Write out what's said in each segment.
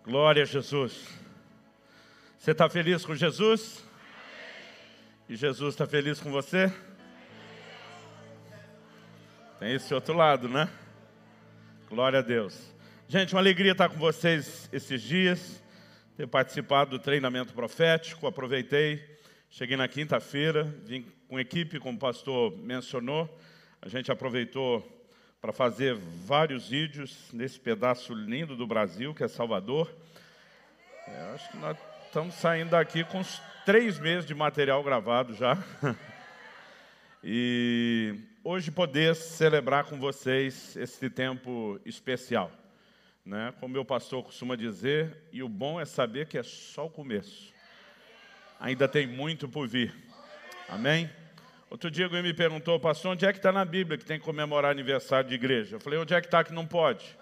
Glória a Jesus. Você está feliz com Jesus? E Jesus está feliz com você? Tem esse outro lado, né? Glória a Deus. Gente, uma alegria estar com vocês esses dias, ter participado do treinamento profético. Aproveitei, cheguei na quinta-feira, vim com equipe, como o pastor mencionou. A gente aproveitou para fazer vários vídeos nesse pedaço lindo do Brasil, que é Salvador. Acho que nós estamos saindo daqui com uns 3 meses de material gravado já. E hoje poder celebrar com vocês esse tempo especial, né? Como meu pastor costuma dizer, e o bom é saber que é só o começo. Ainda tem muito por vir. Amém? Outro dia alguém me perguntou, pastor, onde é que está na Bíblia que tem que comemorar aniversário de igreja? Eu falei, onde é que está que não pode?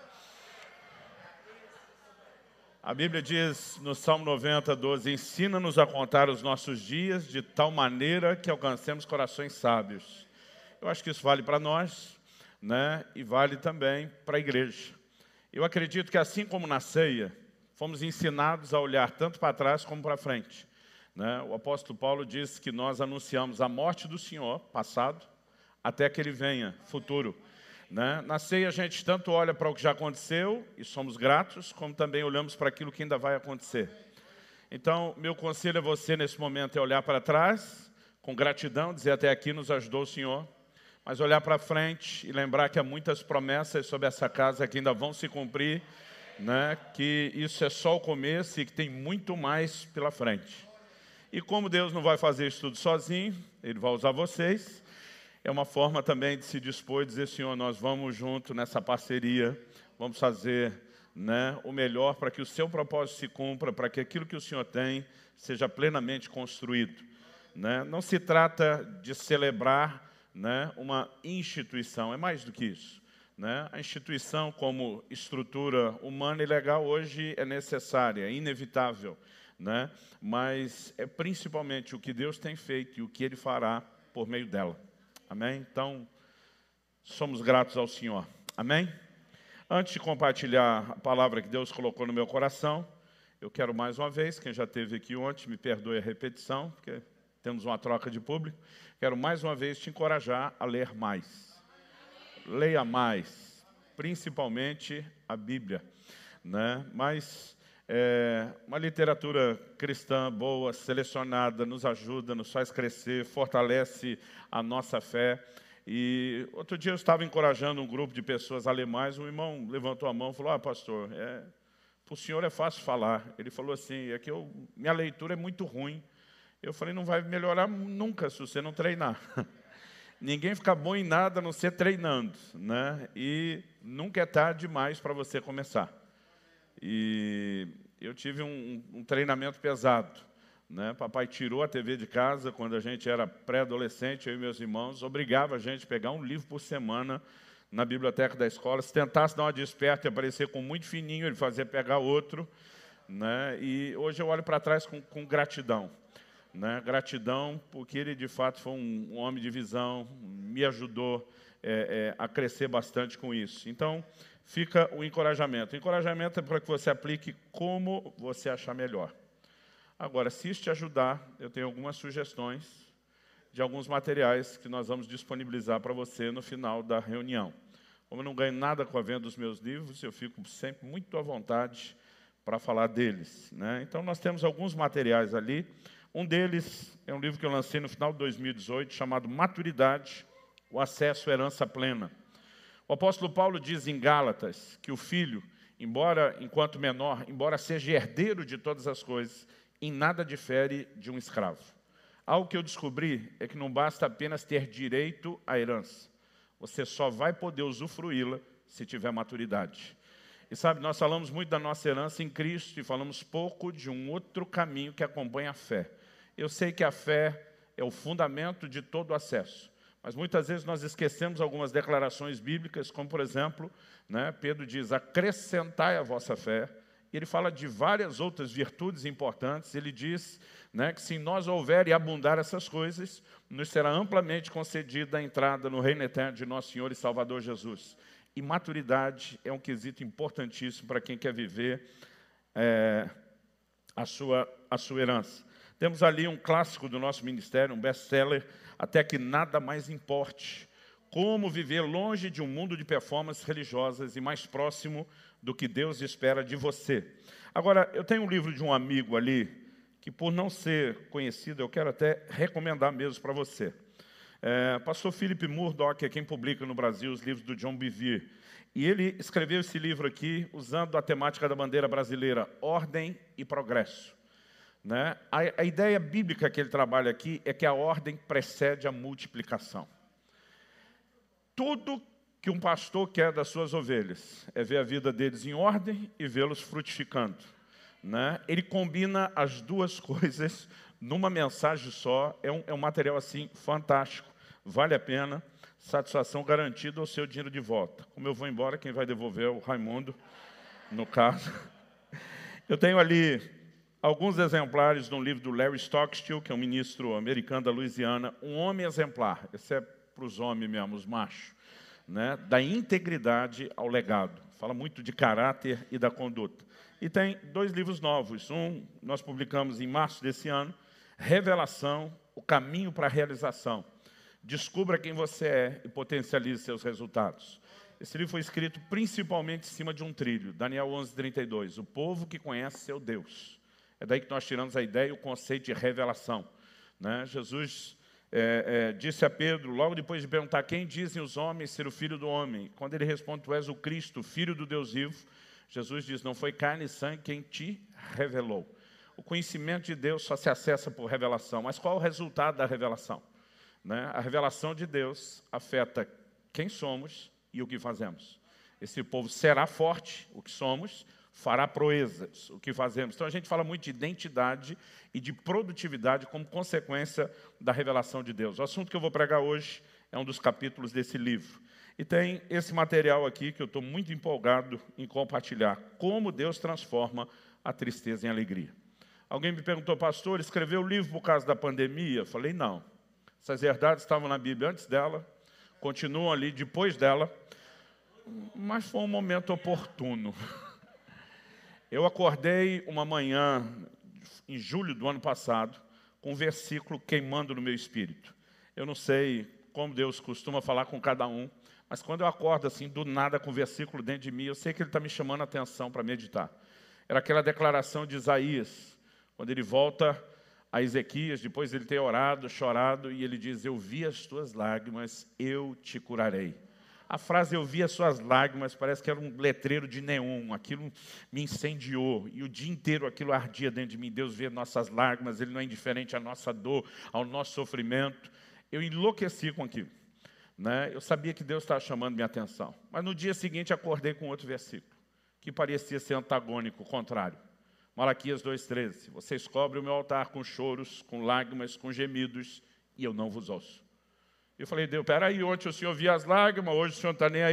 A Bíblia diz no Salmo 90, 12, ensina-nos a contar os nossos dias de tal maneira que alcancemos corações sábios. Eu acho que isso vale para nós, né? E vale também para a igreja. Eu acredito que assim como na ceia, fomos ensinados a olhar tanto para trás como para frente. Né? O apóstolo Paulo diz que nós anunciamos a morte do Senhor, passado, até que Ele venha, futuro. Né? Na ceia a gente tanto olha para o que já aconteceu e somos gratos, como também olhamos para aquilo que ainda vai acontecer. Então, meu conselho a você nesse momento é olhar para trás, com gratidão, dizer até aqui nos ajudou o Senhor, mas olhar para frente e lembrar que há muitas promessas sobre essa casa que ainda vão se cumprir, né? Que isso é só o começo e que tem muito mais pela frente. E como Deus não vai fazer isso tudo sozinho, Ele vai usar vocês. É uma forma também de se dispor e dizer, Senhor, nós vamos junto nessa parceria, vamos fazer, né, o melhor para que o seu propósito se cumpra, para que aquilo que o Senhor tem seja plenamente construído. Né? Não se trata de celebrar, né, uma instituição, é mais do que isso. Né? A instituição como estrutura humana e legal hoje é necessária, é inevitável. Né? Mas é principalmente o que Deus tem feito e o que Ele fará por meio dela. Amém? Então, somos gratos ao Senhor. Amém? Antes de compartilhar a palavra que Deus colocou no meu coração, eu quero mais uma vez, quem já esteve aqui ontem, me perdoe a repetição, porque temos uma troca de público, quero mais uma vez te encorajar a ler mais. Leia mais, principalmente a Bíblia. Né? Mas uma literatura cristã boa, selecionada, nos ajuda, nos faz crescer, fortalece a nossa fé. E outro dia eu estava encorajando um grupo de pessoas alemães, um irmão levantou a mão e falou, pastor, para o senhor é fácil falar. Ele falou assim, é que minha leitura é muito ruim. Eu falei, não vai melhorar nunca se você não treinar. Ninguém fica bom em nada a não ser treinando, né? E nunca é tarde demais para você começar. E eu tive um treinamento pesado. Né? Papai tirou a TV de casa quando a gente era pré-adolescente, eu e meus irmãos, obrigava a gente a pegar um livro por semana na biblioteca da escola. Se tentasse dar uma desperta e aparecer com muito fininho, ele fazia pegar outro. Né? E hoje eu olho para trás com gratidão. Né? Gratidão porque ele, de fato, foi um homem de visão, me ajudou a crescer bastante com isso. Então, fica o encorajamento. O encorajamento é para que você aplique como você achar melhor. Agora, se isso te ajudar, eu tenho algumas sugestões de alguns materiais que nós vamos disponibilizar para você no final da reunião. Como eu não ganho nada com a venda dos meus livros, eu fico sempre muito à vontade para falar deles. Né? Então, nós temos alguns materiais ali. Um deles é um livro que eu lancei no final de 2018, chamado Maturidade, o Acesso à Herança Plena. O apóstolo Paulo diz em Gálatas que o filho, enquanto menor, embora seja herdeiro de todas as coisas, em nada difere de um escravo. Algo que eu descobri é que não basta apenas ter direito à herança. Você só vai poder usufruí-la se tiver maturidade. E sabe, nós falamos muito da nossa herança em Cristo e falamos pouco de um outro caminho que acompanha a fé. Eu sei que a fé é o fundamento de todo o acesso. Mas muitas vezes nós esquecemos algumas declarações bíblicas, como por exemplo, né, Pedro diz, acrescentai a vossa fé. E ele fala de várias outras virtudes importantes. Ele diz, né, que se em nós houver e abundar essas coisas, nos será amplamente concedida a entrada no reino eterno de nosso Senhor e Salvador Jesus. E maturidade é um quesito importantíssimo para quem quer viver a sua herança. Temos ali um clássico do nosso ministério, um best-seller, Até que Nada Mais Importe. Como viver longe de um mundo de performances religiosas e mais próximo do que Deus espera de você. Agora, eu tenho um livro de um amigo ali, que por não ser conhecido, eu quero até recomendar mesmo para você. Pastor Philip Murdoch é quem publica no Brasil os livros do John Bevere. E ele escreveu esse livro aqui usando a temática da bandeira brasileira, ordem e progresso. Né? A ideia bíblica que ele trabalha aqui é que a ordem precede a multiplicação. Tudo que um pastor quer das suas ovelhas é ver a vida deles em ordem e vê-los frutificando. Né? Ele combina as duas coisas numa mensagem só. É um material assim fantástico. Vale a pena. Satisfação garantida ao seu dinheiro de volta. Como eu vou embora, quem vai devolver é o Raimundo, no caso. Eu tenho ali alguns exemplares de um livro do Larry Stockstill, que é um ministro americano da Louisiana, Um Homem Exemplar. Esse é para os homens mesmo, os machos. Né? Da integridade ao legado. Fala muito de caráter e da conduta. E tem 2 livros novos. Um nós publicamos em março desse ano, Revelação, o caminho para a realização. Descubra quem você é e potencialize seus resultados. Esse livro foi escrito principalmente em cima de um trilho, Daniel 11:32. O povo que conhece seu Deus. É daí que nós tiramos a ideia e o conceito de revelação. Né? Jesus disse a Pedro, logo depois de perguntar quem dizem os homens ser o Filho do Homem. Quando ele responde, tu és o Cristo, Filho do Deus vivo. Jesus diz, não foi carne e sangue quem te revelou. O conhecimento de Deus só se acessa por revelação. Mas qual é o resultado da revelação? Né? A revelação de Deus afeta quem somos e o que fazemos. Esse povo será forte, o que somos, fará proezas, o que fazemos. Então a gente fala muito de identidade e de produtividade como consequência da revelação de Deus. O assunto que eu vou pregar hoje é um dos capítulos desse livro. E tem esse material aqui que eu estou muito empolgado em compartilhar. Como Deus transforma a tristeza em alegria. Alguém me perguntou, pastor, escreveu o livro por causa da pandemia? Eu falei, não. Essas verdades estavam na Bíblia antes dela, continuam ali depois dela, mas foi um momento oportuno. Eu acordei uma manhã, em julho do ano passado, com um versículo queimando no meu espírito. Eu não sei como Deus costuma falar com cada um, mas quando eu acordo assim, do nada, com um versículo dentro de mim, eu sei que ele está me chamando a atenção para meditar. Era aquela declaração de Isaías, quando ele volta a Ezequias, depois de ele ter orado, chorado, e ele diz, eu vi as tuas lágrimas, eu te curarei. A frase, eu vi as suas lágrimas, parece que era um letreiro de neon, aquilo me incendiou, e o dia inteiro aquilo ardia dentro de mim. Deus vê nossas lágrimas, Ele não é indiferente à nossa dor, ao nosso sofrimento. Eu enlouqueci com aquilo. Né? Eu sabia que Deus estava chamando minha atenção. Mas no dia seguinte acordei com outro versículo, que parecia ser antagônico, contrário. Malaquias 2,13. Vocês cobrem o meu altar com choros, com lágrimas, com gemidos, e eu não vos ouço. Eu falei, Deus, peraí, ontem o senhor via as lágrimas, hoje o senhor não está nem aí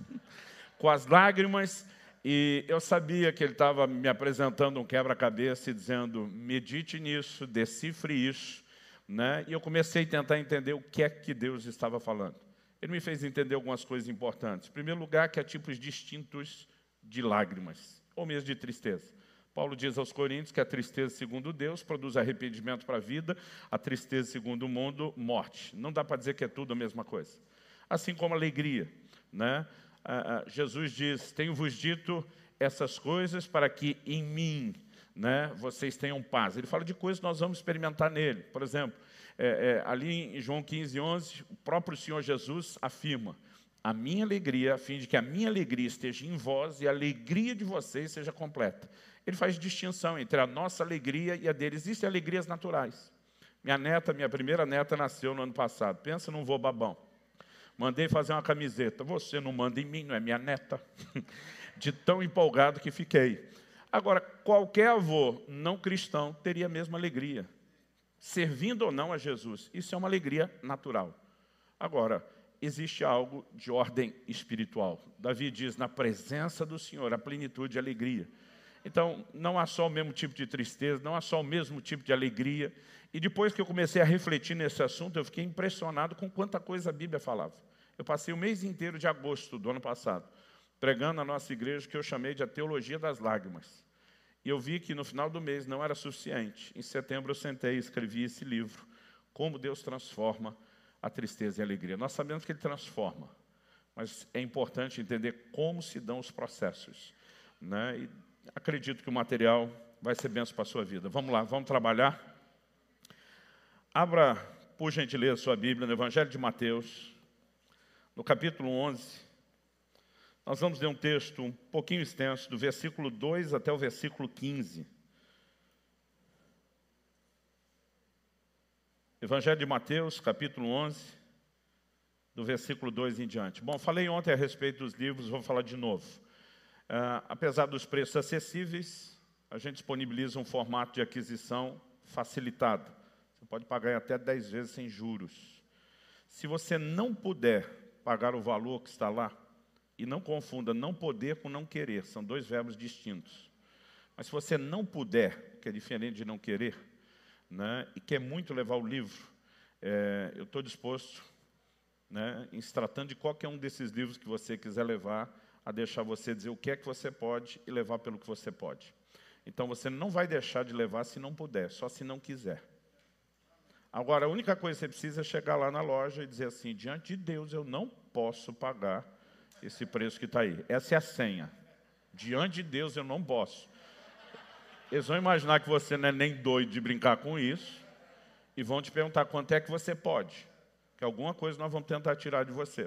com as lágrimas. E eu sabia que ele estava me apresentando um quebra-cabeça e dizendo, medite nisso, decifre isso. Né? E eu comecei a tentar entender o que é que Deus estava falando. Ele me fez entender algumas coisas importantes. Em primeiro lugar, que há tipos distintos de lágrimas, ou mesmo de tristeza. Paulo diz aos Coríntios que a tristeza segundo Deus produz arrependimento para a vida, a tristeza segundo o mundo, morte. Não dá para dizer que é tudo a mesma coisa. Assim como a alegria. Né? Jesus diz, tenho-vos dito essas coisas para que em mim, né, vocês tenham paz. Ele fala de coisas que nós vamos experimentar nele. Por exemplo, ali em João 15:11, o próprio Senhor Jesus afirma, a minha alegria, a fim de que a minha alegria esteja em vós e a alegria de vocês seja completa. Ele faz distinção entre a nossa alegria e a dele. Existem alegrias naturais. Minha primeira neta nasceu no ano passado. Pensa num vô babão. Mandei fazer uma camiseta. Você não manda em mim, não é minha neta. De tão empolgado que fiquei. Agora, qualquer avô não cristão teria a mesma alegria. Servindo ou não a Jesus. Isso é uma alegria natural. Agora, existe algo de ordem espiritual. Davi diz, na presença do Senhor, a plenitude e a alegria. Então, não há só o mesmo tipo de tristeza, não há só o mesmo tipo de alegria. E depois que eu comecei a refletir nesse assunto, eu fiquei impressionado com quanta coisa a Bíblia falava. Eu passei o mês inteiro de agosto do ano passado, pregando na nossa igreja, que eu chamei de a teologia das lágrimas. E eu vi que no final do mês não era suficiente. Em setembro eu sentei e escrevi esse livro, Como Deus Transforma a Tristeza em Alegria. Nós sabemos que Ele transforma, mas é importante entender como se dão os processos, né? E acredito que o material vai ser bênção para a sua vida. Vamos lá, vamos trabalhar? Abra, por gentileza, sua Bíblia no Evangelho de Mateus, no capítulo 11. Nós vamos ler um texto um pouquinho extenso, do versículo 2 até o versículo 15. Evangelho de Mateus, capítulo 11, do versículo 2 em diante. Bom, falei ontem a respeito dos livros, vou falar de novo. Apesar dos preços acessíveis, a gente disponibiliza um formato de aquisição facilitado. Você pode pagar em até 10 vezes sem juros. Se você não puder pagar o valor que está lá, e não confunda não poder com não querer, são dois verbos distintos. Mas se você não puder, que é diferente de não querer, né, e quer muito levar o livro, eu estou disposto, né, em se tratando de qualquer um desses livros que você quiser levar, a deixar você dizer o que é que você pode e levar pelo que você pode. Então você não vai deixar de levar se não puder, só se não quiser. Agora, a única coisa que você precisa é chegar lá na loja e dizer assim, diante de Deus eu não posso pagar esse preço que está aí. Essa é a senha. Diante de Deus eu não posso. Eles vão imaginar que você não é nem doido de brincar com isso e vão te perguntar quanto é que você pode. Que alguma coisa nós vamos tentar tirar de você.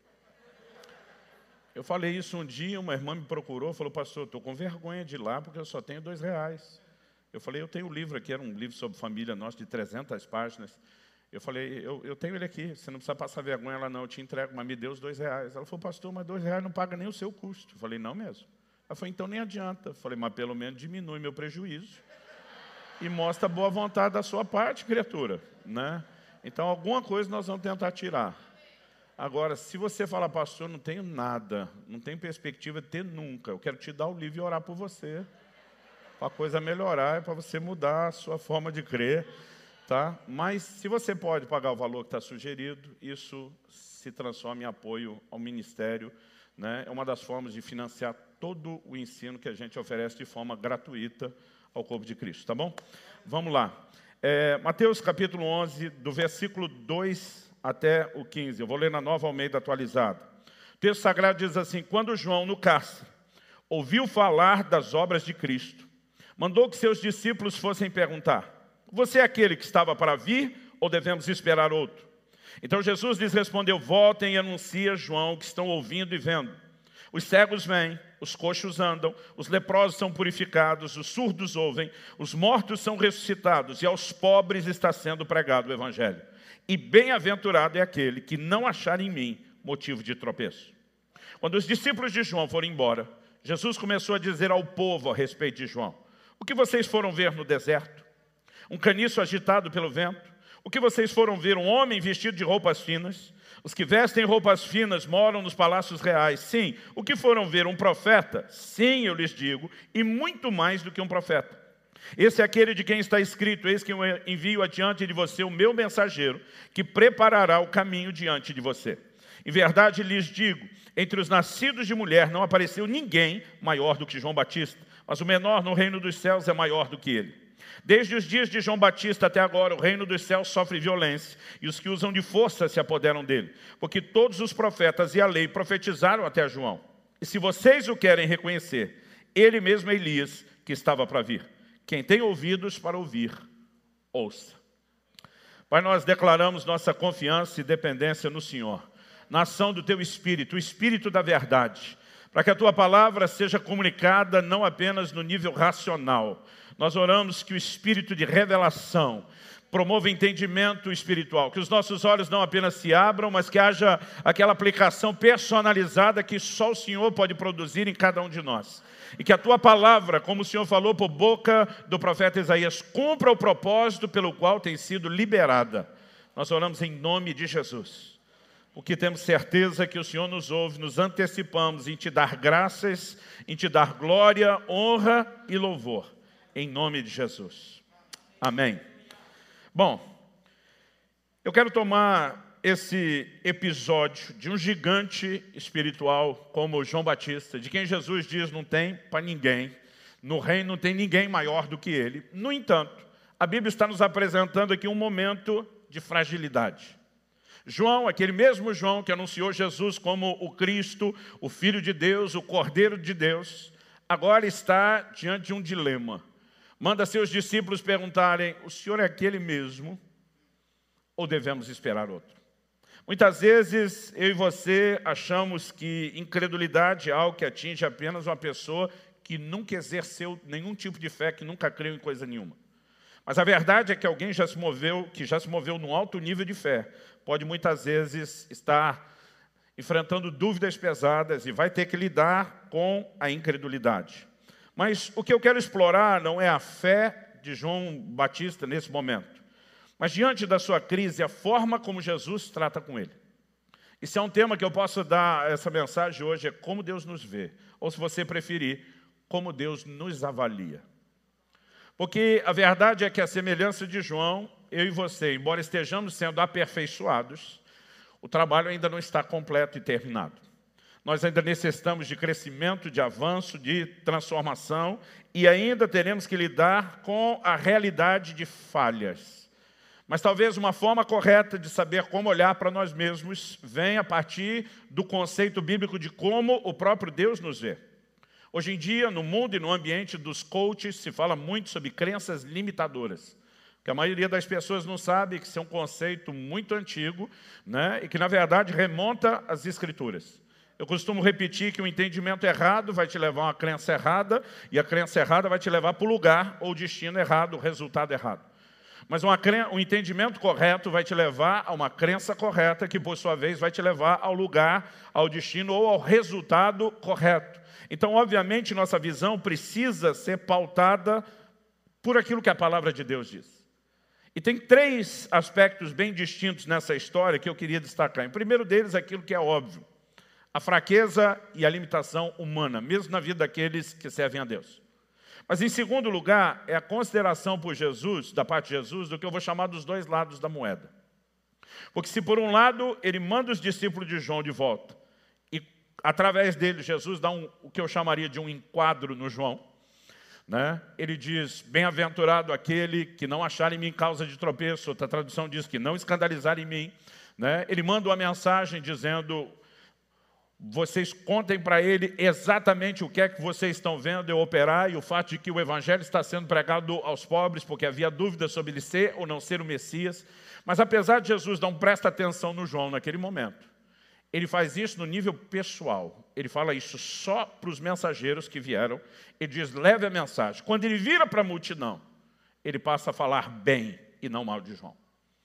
Eu falei isso um dia, uma irmã me procurou, falou, pastor, estou com vergonha de ir lá porque eu só tenho R$2. Eu falei, eu tenho o livro aqui, era um livro sobre família nosso de 300 páginas. Eu falei, eu tenho ele aqui, você não precisa passar vergonha lá não, eu te entrego, mas me dê os R$2. Ela falou, pastor, mas R$2 não paga nem o seu custo. Eu falei, não mesmo. Ela falou, então nem adianta. Eu falei, mas pelo menos diminui meu prejuízo e mostra a boa vontade da sua parte, criatura, né? Então alguma coisa nós vamos tentar tirar. Agora, se você falar, pastor, não tenho nada, não tenho perspectiva de ter nunca, eu quero te dar o livro e orar por você, para a coisa melhorar, para você mudar a sua forma de crer. Tá? Mas se você pode pagar o valor que está sugerido, isso se transforma em apoio ao ministério, né? É uma das formas de financiar todo o ensino que a gente oferece de forma gratuita ao corpo de Cristo, tá bom? Vamos lá. Mateus capítulo 11, do versículo 2 até o 15. Eu vou ler na Nova Almeida atualizada. O texto sagrado diz assim, quando João, no cárcere, ouviu falar das obras de Cristo, mandou que seus discípulos fossem perguntar, você é aquele que estava para vir ou devemos esperar outro? Então Jesus lhes respondeu, voltem e anunciem a João que estão ouvindo e vendo. Os cegos vêm, os coxos andam, os leprosos são purificados, os surdos ouvem, os mortos são ressuscitados e aos pobres está sendo pregado o Evangelho. E bem-aventurado é aquele que não achar em mim motivo de tropeço. Quando os discípulos de João foram embora, Jesus começou a dizer ao povo a respeito de João, o que vocês foram ver no deserto? Um caniço agitado pelo vento? O que vocês foram ver? Um homem vestido de roupas finas? Os que vestem roupas finas moram nos palácios reais. Sim. O que foram ver? Um profeta? Sim, eu lhes digo, e muito mais do que um profeta. Esse é aquele de quem está escrito, eis que eu envio adiante de você o meu mensageiro, que preparará o caminho diante de você. Em verdade lhes digo, entre os nascidos de mulher não apareceu ninguém maior do que João Batista, mas o menor no reino dos céus é maior do que ele. Desde os dias de João Batista até agora, o reino dos céus sofre violência, e os que usam de força se apoderam dele, porque todos os profetas e a lei profetizaram até João. E se vocês o querem reconhecer, ele mesmo é Elias, que estava para vir. Quem tem ouvidos para ouvir, ouça. Pai, nós declaramos nossa confiança e dependência no Senhor, na ação do Teu Espírito, o Espírito da verdade, para que a Tua palavra seja comunicada não apenas no nível racional. Nós oramos que o Espírito de revelação promova entendimento espiritual, que os nossos olhos não apenas se abram, mas que haja aquela aplicação personalizada que só o Senhor pode produzir em cada um de nós. E que a Tua palavra, como o Senhor falou por boca do profeta Isaías, cumpra o propósito pelo qual tem sido liberada. Nós oramos em nome de Jesus, porque temos certeza que o Senhor nos ouve, nos antecipamos em Te dar graças, em Te dar glória, honra e louvor. Em nome de Jesus. Amém. Bom, eu quero tomar esse episódio de um gigante espiritual como João Batista, de quem Jesus diz não tem para ninguém, No reino não tem ninguém maior do que ele. No entanto, a Bíblia está nos apresentando aqui um momento de fragilidade. João, aquele mesmo João que anunciou Jesus como o Cristo, o Filho de Deus, o Cordeiro de Deus, agora está diante de um dilema. Manda seus discípulos perguntarem: o Senhor é aquele mesmo ou devemos esperar outro? Muitas vezes eu e você achamos que incredulidade é algo que atinge apenas uma pessoa que nunca exerceu nenhum tipo de fé, que nunca creu em coisa nenhuma. Mas a verdade é que alguém que já se moveu num alto nível de fé, pode muitas vezes estar enfrentando dúvidas pesadas e vai ter que lidar com a incredulidade. Mas o que eu quero explorar não é a fé de João Batista nesse momento, mas diante da sua crise, a forma como Jesus trata com ele. E se é um tema que eu posso dar essa mensagem hoje, é como Deus nos vê, ou se você preferir, como Deus nos avalia. Porque a verdade é que a semelhança de João, eu e você, embora estejamos sendo aperfeiçoados, o trabalho ainda não está completo e terminado. Nós ainda necessitamos de crescimento, de avanço, de transformação, e ainda teremos que lidar com a realidade de falhas. Mas talvez uma forma correta de saber como olhar para nós mesmos venha a partir do conceito bíblico de como o próprio Deus nos vê. Hoje em dia, no mundo e no ambiente dos coaches, se fala muito sobre crenças limitadoras. Que a maioria das pessoas não sabe que isso é um conceito muito antigo, né? E que, na verdade, remonta às Escrituras. Eu costumo repetir que o entendimento errado vai te levar a uma crença errada, e a crença errada vai te levar para o lugar ou destino errado, o resultado errado. Mas um entendimento correto vai te levar a uma crença correta, que, por sua vez, vai te levar ao lugar, ao destino ou ao resultado correto. Então, obviamente, nossa visão precisa ser pautada por aquilo que a palavra de Deus diz. E tem 3 aspectos bem distintos nessa história que eu queria destacar. Em primeiro deles, aquilo que é óbvio: a fraqueza e a limitação humana, mesmo na vida daqueles que servem a Deus. Mas, em segundo lugar, é a consideração por Jesus, da parte de Jesus, do que eu vou chamar dos 2 lados da moeda. Porque se, por um lado, ele manda os discípulos de João de volta, e, através dele, Jesus dá o que eu chamaria de um enquadro no João, né? Ele diz: bem-aventurado aquele que não achar em mim causa de tropeço. Outra tradução diz que não escandalizar em mim, né? Ele manda uma mensagem dizendo: vocês contem para ele exatamente o que é que vocês estão vendo eu operar, e o fato de que o evangelho está sendo pregado aos pobres, porque havia dúvida sobre ele ser ou não ser o Messias. Mas apesar de Jesus não prestar atenção no João naquele momento, ele faz isso no nível pessoal. Ele fala isso só para os mensageiros que vieram. Ele diz: leve a mensagem. Quando ele vira para a multidão, ele passa a falar bem e não mal de João.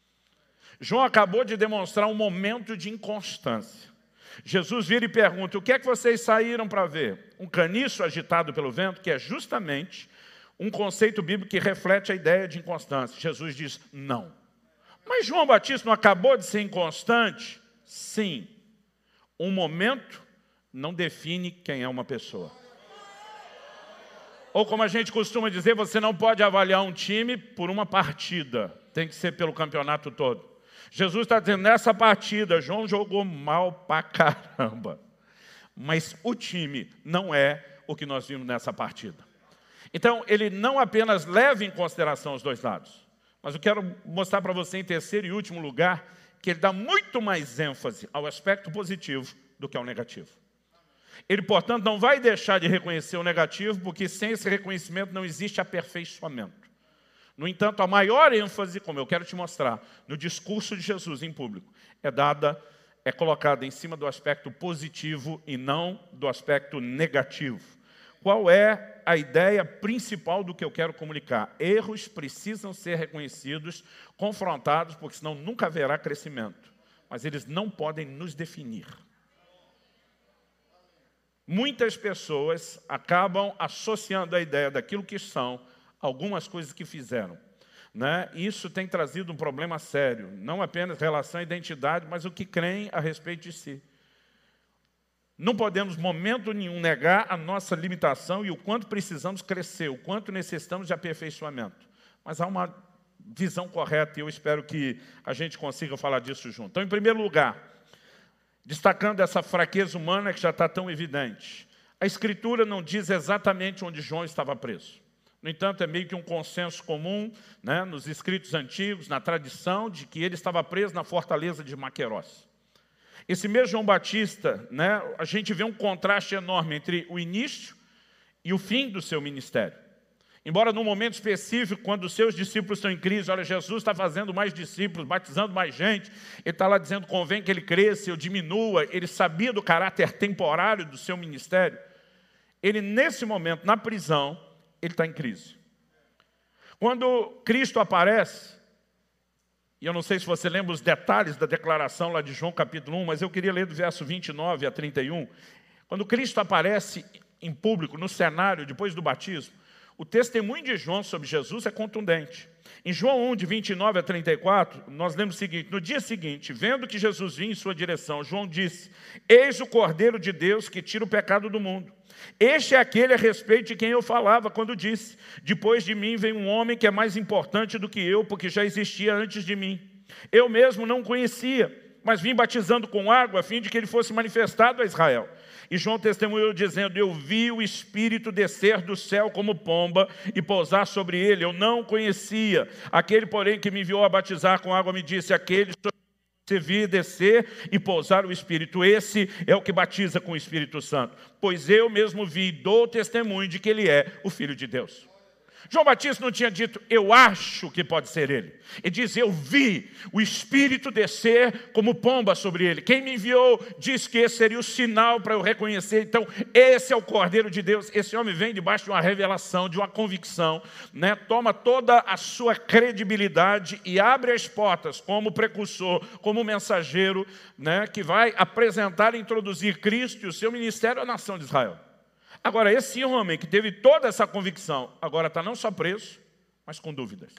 João acabou de demonstrar um momento de inconstância. Jesus vira e pergunta: o que é que vocês saíram para ver? Um caniço agitado pelo vento, que é justamente um conceito bíblico que reflete a ideia de inconstância. Jesus diz: não. Mas João Batista não acabou de ser inconstante? Sim. Um momento não define quem é uma pessoa. Ou como a gente costuma dizer, você não pode avaliar um time por uma partida. Tem que ser pelo campeonato todo. Jesus está dizendo: nessa partida, João jogou mal pra caramba. Mas o time não é o que nós vimos nessa partida. Então, ele não apenas leva em consideração os 2 lados, mas eu quero mostrar para você, em terceiro e último lugar, que ele dá muito mais ênfase ao aspecto positivo do que ao negativo. Ele, portanto, não vai deixar de reconhecer o negativo, porque sem esse reconhecimento não existe aperfeiçoamento. No entanto, a maior ênfase, como eu quero te mostrar, no discurso de Jesus em público, é colocada em cima do aspecto positivo e não do aspecto negativo. Qual é a ideia principal do que eu quero comunicar? Erros precisam ser reconhecidos, confrontados, porque senão nunca haverá crescimento. Mas eles não podem nos definir. Muitas pessoas acabam associando a ideia daquilo que são algumas coisas que fizeram, né? Isso tem trazido um problema sério, não apenas em relação à identidade, mas o que creem a respeito de si. Não podemos, em momento nenhum, negar a nossa limitação e o quanto precisamos crescer, o quanto necessitamos de aperfeiçoamento. Mas há uma visão correta e eu espero que a gente consiga falar disso junto. Então, em primeiro lugar, destacando essa fraqueza humana que já está tão evidente, A Escritura não diz exatamente onde João estava preso. No entanto, é meio que um consenso comum, né, nos escritos antigos, na tradição, de que ele estava preso na fortaleza de Maquerós. Esse mesmo João Batista, né, a gente vê um contraste enorme entre o início e o fim do seu ministério. Embora num momento específico, quando os seus discípulos estão em crise, olha, Jesus está fazendo mais discípulos, batizando mais gente, ele está lá dizendo, convém que ele cresça, eu diminua, ele sabia do caráter temporário do seu ministério. Ele, nesse momento, na prisão, ele está em crise. Quando Cristo aparece, e eu não sei se você lembra os detalhes da declaração lá de João capítulo 1, mas eu queria ler do verso 29 a 31. Quando Cristo aparece em público, no cenário, depois do batismo, o testemunho de João sobre Jesus é contundente. Em João 1, de 29 a 34, nós lemos o seguinte, no dia seguinte, vendo que Jesus vinha em sua direção, João disse, eis o Cordeiro de Deus que tira o pecado do mundo. Este é aquele a respeito de quem eu falava quando disse, depois de mim vem um homem que é mais importante do que eu, porque já existia antes de mim. Eu mesmo não o conhecia, mas vim batizando com água, a fim de que ele fosse manifestado a Israel. E João testemunhou dizendo, eu vi o Espírito descer do céu como pomba e pousar sobre ele. Eu não o conhecia. Aquele, porém, que me enviou a batizar com água me disse, aquele sobre você vir descer e pousar o Espírito. Esse é o que batiza com o Espírito Santo. Pois eu mesmo vi e dou testemunho de que ele é o Filho de Deus. João Batista não tinha dito, eu acho que pode ser ele. Ele diz, eu vi o Espírito descer como pomba sobre ele. Quem me enviou disse que esse seria o sinal para eu reconhecer. Então, esse é o Cordeiro de Deus. Esse homem vem debaixo de uma revelação, de uma convicção, né? Toma toda a sua credibilidade e abre as portas como precursor, como mensageiro, né? Que vai apresentar e introduzir Cristo e o seu ministério à nação de Israel. Agora, esse homem que teve toda essa convicção, agora está não só preso, mas com dúvidas.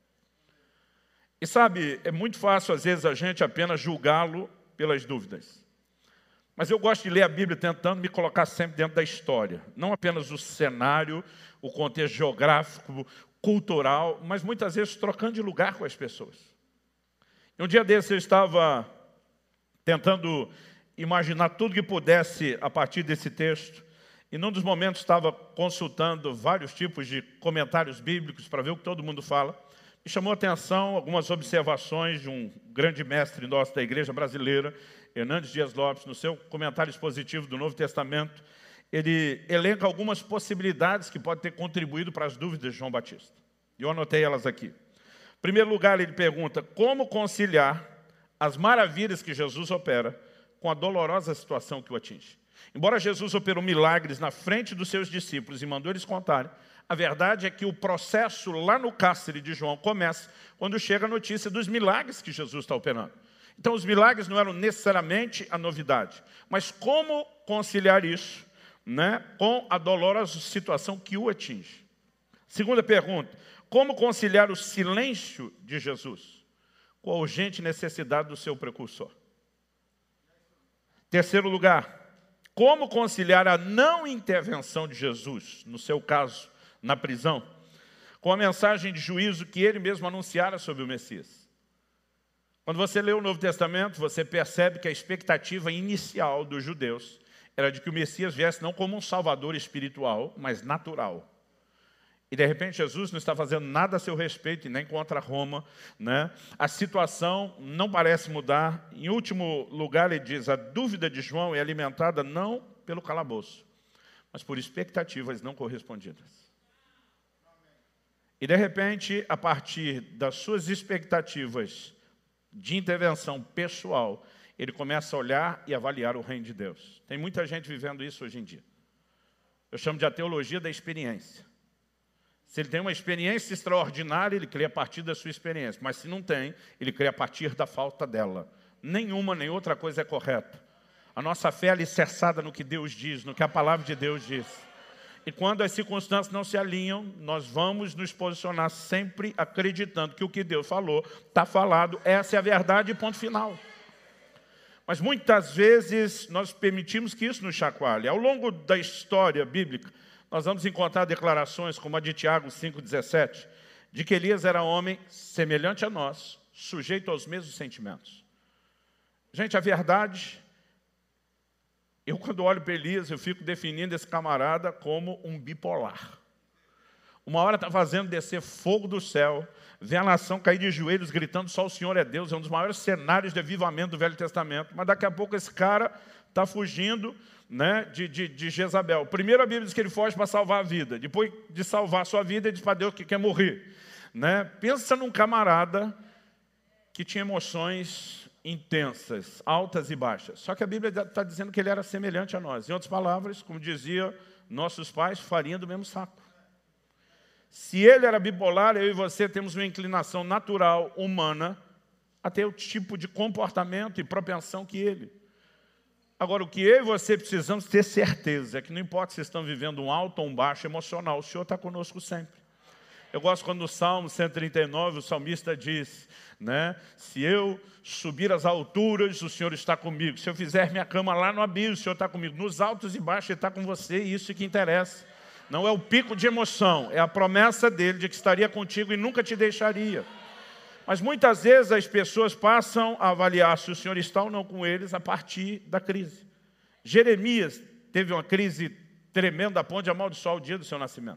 E sabe, é muito fácil às vezes a gente apenas julgá-lo pelas dúvidas. Mas eu gosto de ler a Bíblia tentando me colocar sempre dentro da história. Não apenas o cenário, o contexto geográfico, cultural, mas muitas vezes trocando de lugar com as pessoas. E um dia desse eu estava tentando imaginar tudo que pudesse a partir desse texto. E num dos momentos estava consultando vários tipos de comentários bíblicos para ver o que todo mundo fala. Me chamou a atenção algumas observações de um grande mestre nosso da igreja brasileira, Hernandes Dias Lopes, no seu comentário expositivo do Novo Testamento. Ele elenca algumas possibilidades que podem ter contribuído para as dúvidas de João Batista. E eu anotei elas aqui. Em primeiro lugar, ele pergunta como conciliar as maravilhas que Jesus opera com a dolorosa situação que o atinge. Embora Jesus operou milagres na frente dos seus discípulos e mandou eles contarem, a verdade é que o processo lá no cárcere de João começa quando chega a notícia dos milagres que Jesus está operando. Então, os milagres não eram necessariamente a novidade. Mas como conciliar isso, né, com a dolorosa situação que o atinge? Segunda pergunta, como conciliar o silêncio de Jesus com a urgente necessidade do seu precursor? Terceiro lugar, como conciliar a não intervenção de Jesus, no seu caso, na prisão, com a mensagem de juízo que ele mesmo anunciara sobre o Messias? Quando você lê o Novo Testamento, você percebe que a expectativa inicial dos judeus era de que o Messias viesse não como um salvador espiritual, mas natural. E de repente Jesus não está fazendo nada a seu respeito e nem contra Roma, né? A situação não parece mudar. Em último lugar, ele diz, a dúvida de João é alimentada não pelo calabouço, mas por expectativas não correspondidas. E de repente, a partir das suas expectativas de intervenção pessoal, ele começa a olhar e avaliar o reino de Deus. Tem muita gente vivendo isso hoje em dia. Eu chamo de a teologia da experiência. Se ele tem uma experiência extraordinária, ele crê a partir da sua experiência. Mas se não tem, ele crê a partir da falta dela. Nenhuma, nem outra coisa é correta. A nossa fé é alicerçada no que Deus diz, no que a palavra de Deus diz. E quando as circunstâncias não se alinham, nós vamos nos posicionar sempre acreditando que o que Deus falou está falado. Essa é a verdade, ponto final. Mas muitas vezes nós permitimos que isso nos chacoalhe. Ao longo da história bíblica, nós vamos encontrar declarações como a de Tiago 5,17, de que Elias era homem semelhante a nós, sujeito aos mesmos sentimentos. Gente, a verdade Eu, quando olho para Elias, eu fico definindo esse camarada como um bipolar. Uma hora está fazendo descer fogo do céu, vê a nação cair de joelhos, gritando, só o Senhor é Deus. É um dos maiores cenários de avivamento do Velho Testamento. Mas daqui a pouco esse cara está fugindo, né, de Jezabel. Primeiro a Bíblia diz que ele foge para salvar a vida. Depois de salvar a sua vida, ele diz para Deus que quer morrer. Né? Pensa num camarada que tinha emoções intensas, altas e baixas. Só que a Bíblia está dizendo que ele era semelhante a nós. Em outras palavras, como diziam nossos pais, farinha do mesmo saco. Se ele era bipolar, eu e você temos uma inclinação natural, humana, a ter o tipo de comportamento e propensão que ele. Agora, o que eu e você precisamos ter certeza é que não importa se estão vivendo um alto ou um baixo emocional, o Senhor está conosco sempre. Eu gosto quando no Salmo 139 o salmista diz, né, se eu subir às alturas, o Senhor está comigo. Se eu fizer minha cama lá no abismo, o Senhor está comigo. Nos altos e baixos Ele está com você, e isso que interessa. Não é o pico de emoção, é a promessa dele de que estaria contigo e nunca te deixaria. Mas muitas vezes as pessoas passam a avaliar se o Senhor está ou não com eles a partir da crise. Jeremias teve uma crise tremenda a ponto de amaldiçoar o dia do seu nascimento.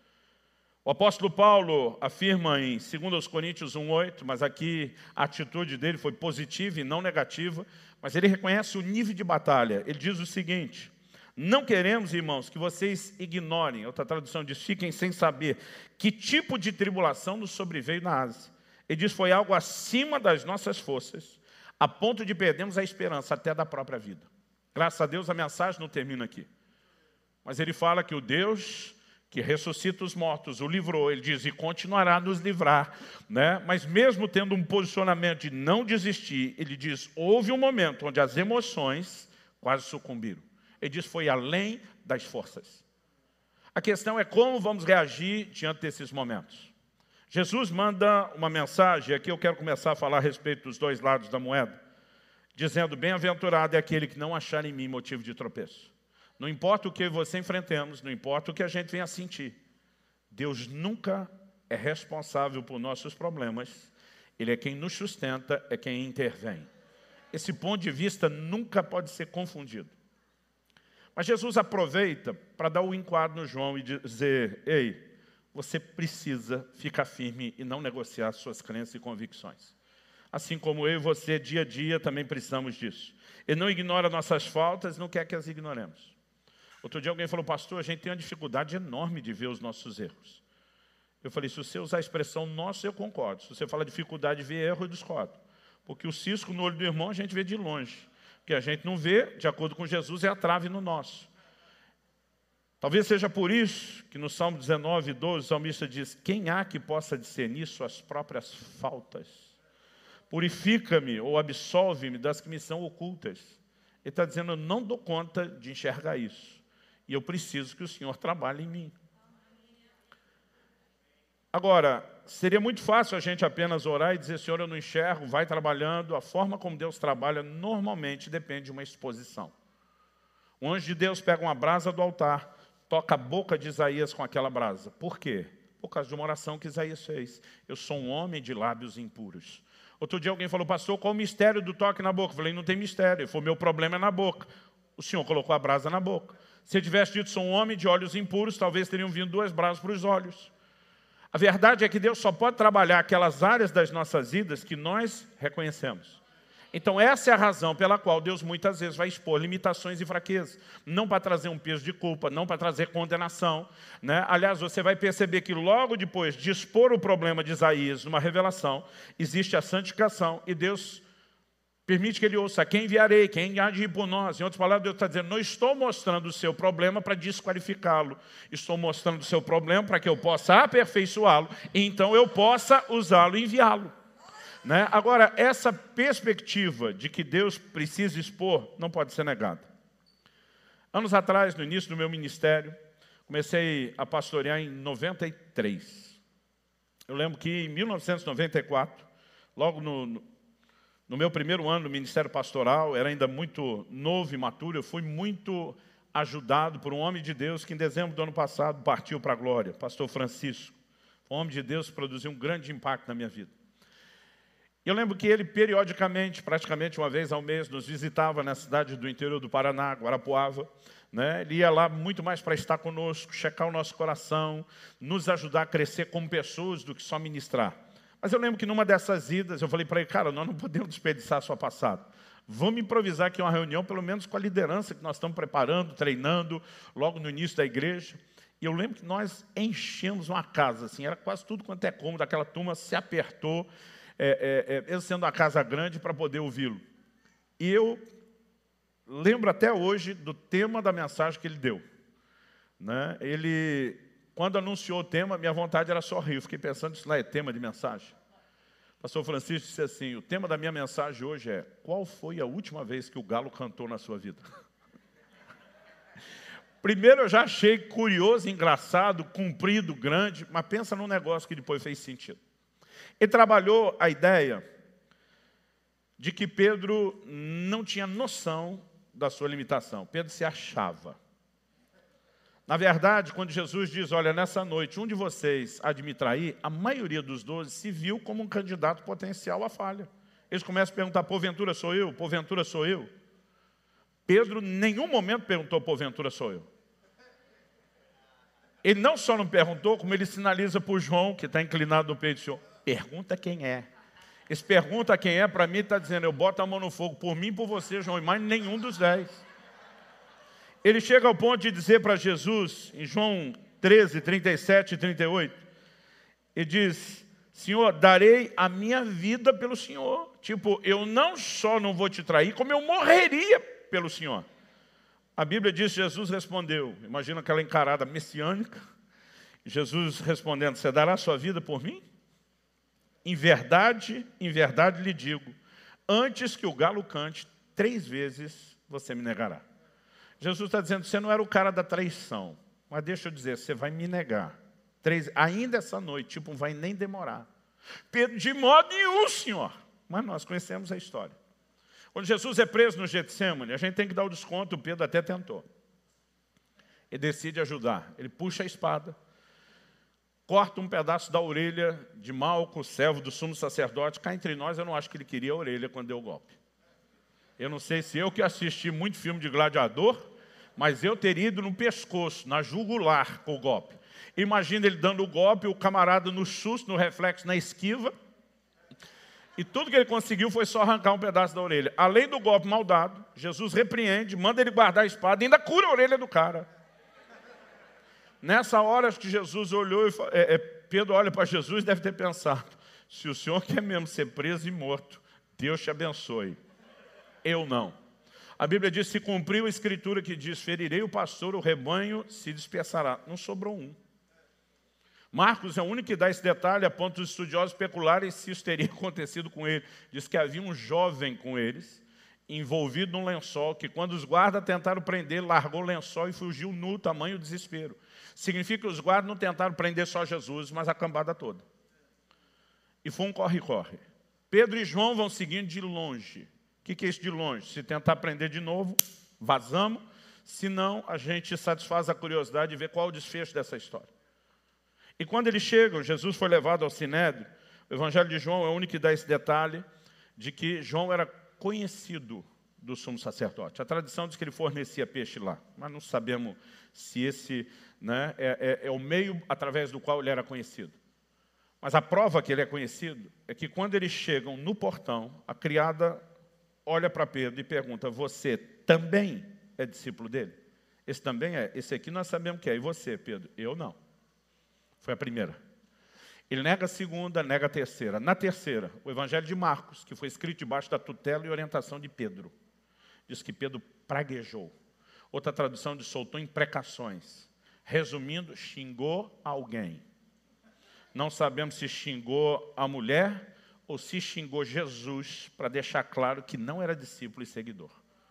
O apóstolo Paulo afirma em 2 Coríntios 1,8, mas aqui a atitude dele foi positiva e não negativa, mas ele reconhece o nível de batalha. Ele diz o seguinte: não queremos, irmãos, que vocês ignorem, outra tradução diz, fiquem sem saber que tipo de tribulação nos sobreveio na Ásia. Ele diz, foi algo acima das nossas forças, a ponto de perdermos a esperança até da própria vida. Graças a Deus a mensagem não termina aqui. Mas ele fala que o Deus que ressuscita os mortos o livrou, ele diz, e continuará a nos livrar. Né? Mas mesmo tendo um posicionamento de não desistir, ele diz, houve um momento onde as emoções quase sucumbiram. Ele diz, foi além das forças. A questão é como vamos reagir diante desses momentos. Jesus manda uma mensagem, aqui eu quero começar a falar a respeito dos dois lados da moeda, dizendo, bem-aventurado é aquele que não achar em mim motivo de tropeço. Não importa o que você enfrentemos, não importa o que a gente venha a sentir, Deus nunca é responsável por nossos problemas, Ele é quem nos sustenta, é quem intervém. Esse ponto de vista nunca pode ser confundido. Mas Jesus aproveita para dar o enquadro no João e dizer, ei, você precisa ficar firme e não negociar suas crenças e convicções. Assim como eu e você, dia a dia, também precisamos disso. Ele não ignora nossas faltas, não quer que as ignoremos. Outro dia alguém falou, pastor, a gente tem uma dificuldade enorme de ver os nossos erros. Eu falei, se você usar a expressão nosso, eu concordo. Se você falar dificuldade de ver erro, eu discordo. Porque o cisco no olho do irmão a gente vê de longe. O que a gente não vê, de acordo com Jesus, é a trave no nosso. Talvez seja por isso que no Salmo 19, 12, o salmista diz, quem há que possa discernir suas próprias faltas? Purifica-me ou absolve-me das que me são ocultas. Ele está dizendo, eu não dou conta de enxergar isso. E eu preciso que o Senhor trabalhe em mim. Agora, seria muito fácil a gente apenas orar e dizer, Senhor, eu não enxergo, vai trabalhando. A forma como Deus trabalha normalmente depende de uma exposição. O anjo de Deus pega uma brasa do altar, toca a boca de Isaías com aquela brasa. Por quê? Por causa de uma oração que Isaías fez. Eu sou um homem de lábios impuros. Outro dia alguém falou, pastor, qual o mistério do toque na boca? Eu falei, não tem mistério. Ele falou, meu problema é na boca. O Senhor colocou a brasa na boca. Se eu tivesse dito, sou um homem de olhos impuros, talvez teriam vindo 2 brasas para os olhos. A verdade é que Deus só pode trabalhar aquelas áreas das nossas vidas que nós reconhecemos. Então essa é a razão pela qual Deus muitas vezes vai expor limitações e fraquezas. Não para trazer um peso de culpa, não para trazer condenação. Né? Aliás, você vai perceber que logo depois de expor o problema de Isaías numa revelação, existe a santificação e Deus permite que ele ouça, quem enviarei, quem há de ir por nós. Em outras palavras, Deus está dizendo, não estou mostrando o seu problema para desqualificá-lo. Estou mostrando o seu problema para que eu possa aperfeiçoá-lo e então eu possa usá-lo e enviá-lo. Né? Agora, essa perspectiva de que Deus precisa expor não pode ser negada. Anos atrás, no início do meu ministério, comecei a pastorear em 93. Eu lembro que em 1994, logo no meu primeiro ano no ministério pastoral, era ainda muito novo e maturo, eu fui muito ajudado por um homem de Deus que em dezembro do ano passado partiu para a glória, pastor Francisco. Foi um homem de Deus que produziu um grande impacto na minha vida. Eu lembro que ele, periodicamente, praticamente uma vez ao mês, nos visitava na cidade do interior do Paraná, Guarapuava. Né? Ele ia lá muito mais para estar conosco, checar o nosso coração, nos ajudar a crescer como pessoas do que só ministrar. Mas eu lembro que numa dessas idas, eu falei para ele, cara, nós não podemos desperdiçar a sua passada. Vamos improvisar aqui uma reunião, pelo menos com a liderança que nós estamos preparando, treinando, logo no início da igreja. E eu lembro que nós enchemos uma casa, assim, era quase tudo quanto é cômodo, aquela turma se apertou, mesmo sendo uma casa grande, para poder ouvi-lo. E eu lembro até hoje do tema da mensagem que ele deu. Né? Ele, quando anunciou o tema, minha vontade era só rir. Eu fiquei pensando, isso lá é tema de mensagem? O pastor Francisco disse assim, o tema da minha mensagem hoje é: qual foi a última vez que o galo cantou na sua vida? Primeiro eu já achei curioso, engraçado, comprido, grande, mas pensa num negócio que depois fez sentido. Ele trabalhou a ideia de que Pedro não tinha noção da sua limitação. Pedro se achava. Na verdade, quando Jesus diz, olha, nessa noite, um de vocês há de me trair, a maioria dos 12 se viu como um candidato potencial à falha. Eles começam a perguntar, porventura sou eu? Porventura sou eu? Pedro, em nenhum momento, perguntou, porventura sou eu. Ele não só não perguntou, como ele sinaliza para o João, que está inclinado no peito do Senhor, pergunta quem é. Esse pergunta quem é, para mim, está dizendo, eu boto a mão no fogo por mim e por você, João, e mais nenhum dos 10. Ele chega ao ponto de dizer para Jesus, em João 13, 37 e 38, ele diz, Senhor, darei a minha vida pelo Senhor. Tipo, eu não só não vou te trair, como eu morreria pelo Senhor. A Bíblia diz, Jesus respondeu, imagina aquela encarada messiânica, Jesus respondendo, você dará a sua vida por mim? Em verdade lhe digo, antes que o galo cante, 3 vezes você me negará. Jesus está dizendo, você não era o cara da traição, mas deixa eu dizer, você vai me negar. 3, ainda essa noite, tipo, não vai nem demorar. Pedro, de modo nenhum, Senhor. Mas nós conhecemos a história. Quando Jesus é preso no Getsêmani, a gente tem que dar o desconto, o Pedro até tentou. Ele decide ajudar. Ele puxa a espada, corta um pedaço da orelha de Malco, servo do sumo sacerdote. Cá entre nós, eu não acho que ele queria a orelha quando deu o golpe. Eu não sei se eu que assisti muito filme de gladiador, mas eu teria ido no pescoço, na jugular com o golpe. Imagina ele dando o golpe, o camarada no susto, no reflexo, na esquiva. E tudo que ele conseguiu foi só arrancar um pedaço da orelha. Além do golpe mal dado, Jesus repreende, manda ele guardar a espada e ainda cura a orelha do cara. Nessa hora, acho que Jesus olhou e Pedro olha para Jesus e deve ter pensado, se o senhor quer mesmo ser preso e morto, Deus te abençoe. Eu não. A Bíblia diz, se cumpriu a escritura que diz, ferirei o pastor, o rebanho se dispersará. Não sobrou um. Marcos é o único que dá esse detalhe, a ponto dos estudiosos especularem se isso teria acontecido com ele. Diz que havia um jovem com eles, envolvido num lençol, que quando os guardas tentaram prender, largou o lençol e fugiu nu, tamanho desespero. Significa que os guardas não tentaram prender só Jesus, mas a cambada toda. E foi um corre-corre. Pedro e João vão seguindo de longe. O que é isso de longe? Se tentar prender de novo, vazamos. Se não, a gente satisfaz a curiosidade de ver qual é o desfecho dessa história. E quando eles chegam, Jesus foi levado ao Sinédrio. O Evangelho de João é o único que dá esse detalhe de que João era conhecido do sumo sacerdote. A tradição diz que ele fornecia peixe lá, mas não sabemos se esse é o meio através do qual ele era conhecido. Mas a prova que ele é conhecido é que quando eles chegam no portão, a criada olha para Pedro e pergunta, você também é discípulo dele? Esse também é? Esse aqui nós sabemos que é. E você, Pedro? Eu não. Foi a primeira. Ele nega a segunda, nega a terceira. Na terceira, o Evangelho de Marcos, que foi escrito debaixo da tutela e orientação de Pedro, diz que Pedro praguejou. Outra tradução diz soltou imprecações. Resumindo, xingou alguém. Não sabemos se xingou a mulher ou se xingou Jesus, para deixar claro que não era discípulo e seguidor.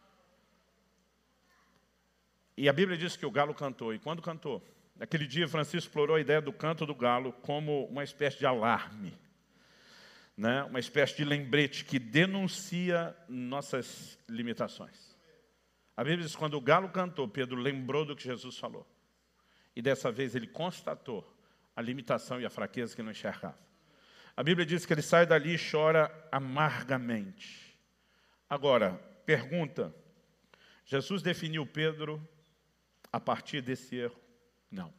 E a Bíblia diz que o galo cantou. E quando cantou? Naquele dia, Francisco explorou a ideia do canto do galo como uma espécie de alarme, né? Uma espécie de lembrete que denuncia nossas limitações. A Bíblia diz que quando o galo cantou, Pedro lembrou do que Jesus falou. E dessa vez ele constatou a limitação e a fraqueza que não enxergava. A Bíblia diz que ele sai dali e chora amargamente. Agora, pergunta, Jesus definiu Pedro a partir desse erro? Não.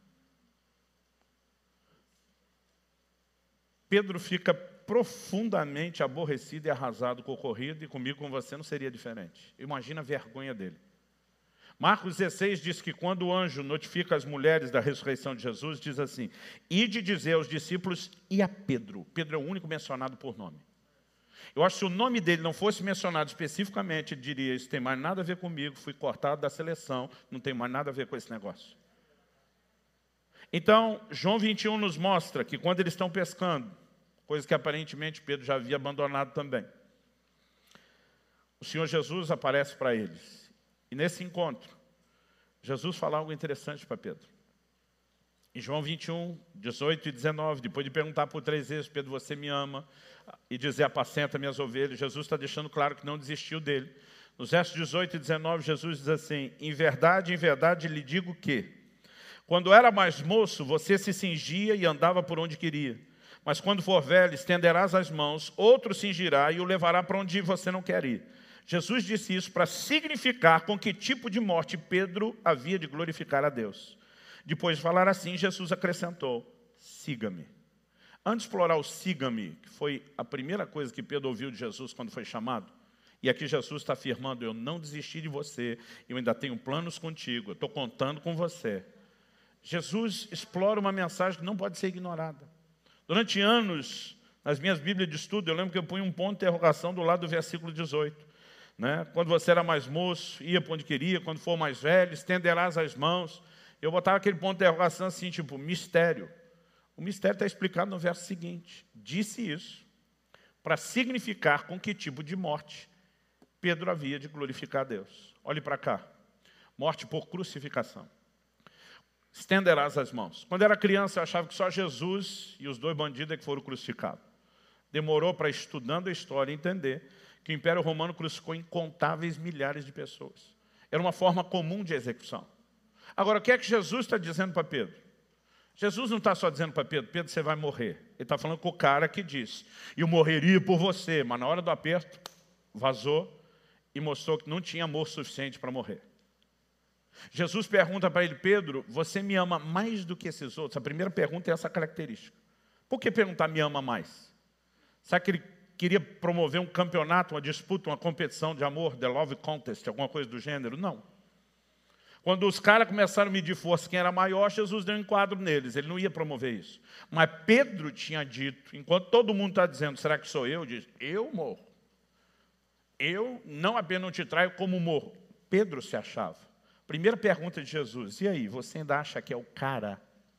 Pedro fica profundamente aborrecido e arrasado com o ocorrido, e comigo, com você, não seria diferente. Imagina a vergonha dele. Marcos 16 diz que quando o anjo notifica as mulheres da ressurreição de Jesus, diz assim, ide dizer aos discípulos e a Pedro. Pedro é o único mencionado por nome. Eu acho que se o nome dele não fosse mencionado especificamente, ele diria, isso tem mais nada a ver comigo, fui cortado da seleção, não tem mais nada a ver com esse negócio. Então, João 21 nos mostra que quando eles estão pescando, coisa que aparentemente Pedro já havia abandonado também, o Senhor Jesus aparece para eles. E nesse encontro, Jesus fala algo interessante para Pedro. Em João 21, 18 e 19, depois de perguntar por 3 vezes, Pedro, você me ama? E dizer, apacenta minhas ovelhas, Jesus está deixando claro que não desistiu dele. Nos versos 18 e 19, Jesus diz assim, em verdade, lhe digo que, quando era mais moço, você se cingia e andava por onde queria. Mas quando for velho, estenderás as mãos, outro cingirá e o levará para onde você não quer ir. Jesus disse isso para significar com que tipo de morte Pedro havia de glorificar a Deus. Depois de falar assim, Jesus acrescentou, siga-me. Antes de explorar o siga-me, que foi a primeira coisa que Pedro ouviu de Jesus quando foi chamado, e aqui Jesus está afirmando, eu não desisti de você, eu ainda tenho planos contigo, eu estou contando com você. Jesus explora uma mensagem que não pode ser ignorada. Durante anos, nas minhas Bíblias de estudo, eu lembro que eu punha um ponto de interrogação do lado do versículo 18. Né? Quando você era mais moço, ia para onde queria, quando for mais velho, estenderás as mãos. Eu botava aquele ponto de interrogação assim, tipo, mistério. O mistério está explicado no verso seguinte. Disse isso para significar com que tipo de morte Pedro havia de glorificar a Deus. Olhe para cá. Morte por crucificação. Estenderás as mãos. Quando era criança, eu achava que só Jesus e os 2 bandidos é que foram crucificados. Demorou para, estudando a história, entender que o Império Romano crucificou incontáveis milhares de pessoas. Era uma forma comum de execução. Agora, o que é que Jesus está dizendo para Pedro? Jesus não está só dizendo para Pedro, Pedro, você vai morrer. Ele está falando com o cara que disse, eu morreria por você, mas na hora do aperto, vazou e mostrou que não tinha amor suficiente para morrer. Jesus pergunta para ele, Pedro, você me ama mais do que esses outros? A primeira pergunta é essa característica. Por que perguntar me ama mais? Sabe que ele queria promover um campeonato, uma disputa, uma competição de amor, the love contest, alguma coisa do gênero? Não. Quando os caras começaram a medir força, quem era maior, Jesus deu um enquadro neles, ele não ia promover isso. Mas Pedro tinha dito, enquanto todo mundo está dizendo, será que sou eu? Diz, eu morro. Eu não apenas não te traio, como morro. Pedro se achava. Primeira pergunta de Jesus, e aí, você ainda acha que é o cara?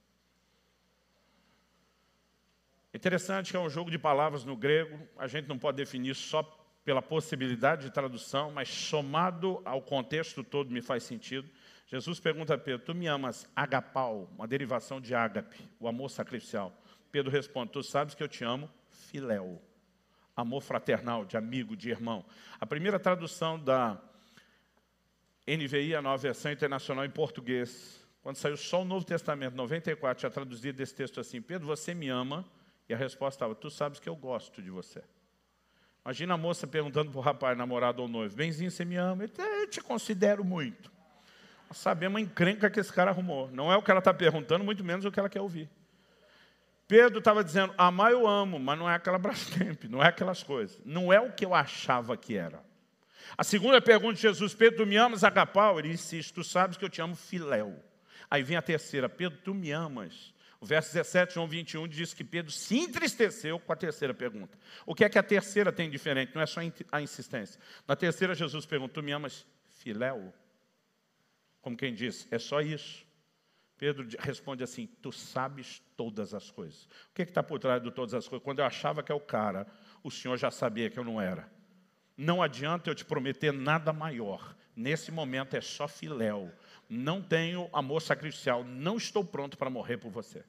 Interessante que é um jogo de palavras no grego, a gente não pode definir só pela possibilidade de tradução, mas somado ao contexto todo me faz sentido. Jesus pergunta a Pedro, tu me amas agapau, uma derivação de ágape, o amor sacrificial. Pedro responde, tu sabes que eu te amo, filéu, amor fraternal, de amigo, de irmão. A primeira tradução da NVI, a Nova Versão Internacional em português, quando saiu só o Novo Testamento, 94, tinha traduzido esse texto assim, Pedro, você me ama? E a resposta estava, tu sabes que eu gosto de você. Imagina a moça perguntando para o rapaz, namorado ou noivo, benzinho, você me ama? Ele, eu te considero muito. Nós sabemos a encrenca que esse cara arrumou. Não é o que ela está perguntando, muito menos o que ela quer ouvir. Pedro estava dizendo, amar eu amo, mas não é aquela Brastemp, não é aquelas coisas. Não é o que eu achava que era. A segunda pergunta de Jesus, Pedro, tu me amas, agapau? Ele insiste, tu sabes que eu te amo, filéu. Aí vem a terceira, Pedro, tu me amas? O verso 17, João 21, diz que Pedro se entristeceu com a terceira pergunta. O que é que a terceira tem diferente? Não é só a insistência. Na terceira, Jesus pergunta, tu me amas, filéu? Como quem diz, é só isso. Pedro responde assim, tu sabes todas as coisas. O que está por trás de todas as coisas? Quando eu achava que é o cara, o Senhor já sabia que eu não era. Não adianta eu te prometer nada maior. Nesse momento é só filéu. Não tenho amor sacrificial. Não estou pronto para morrer por você.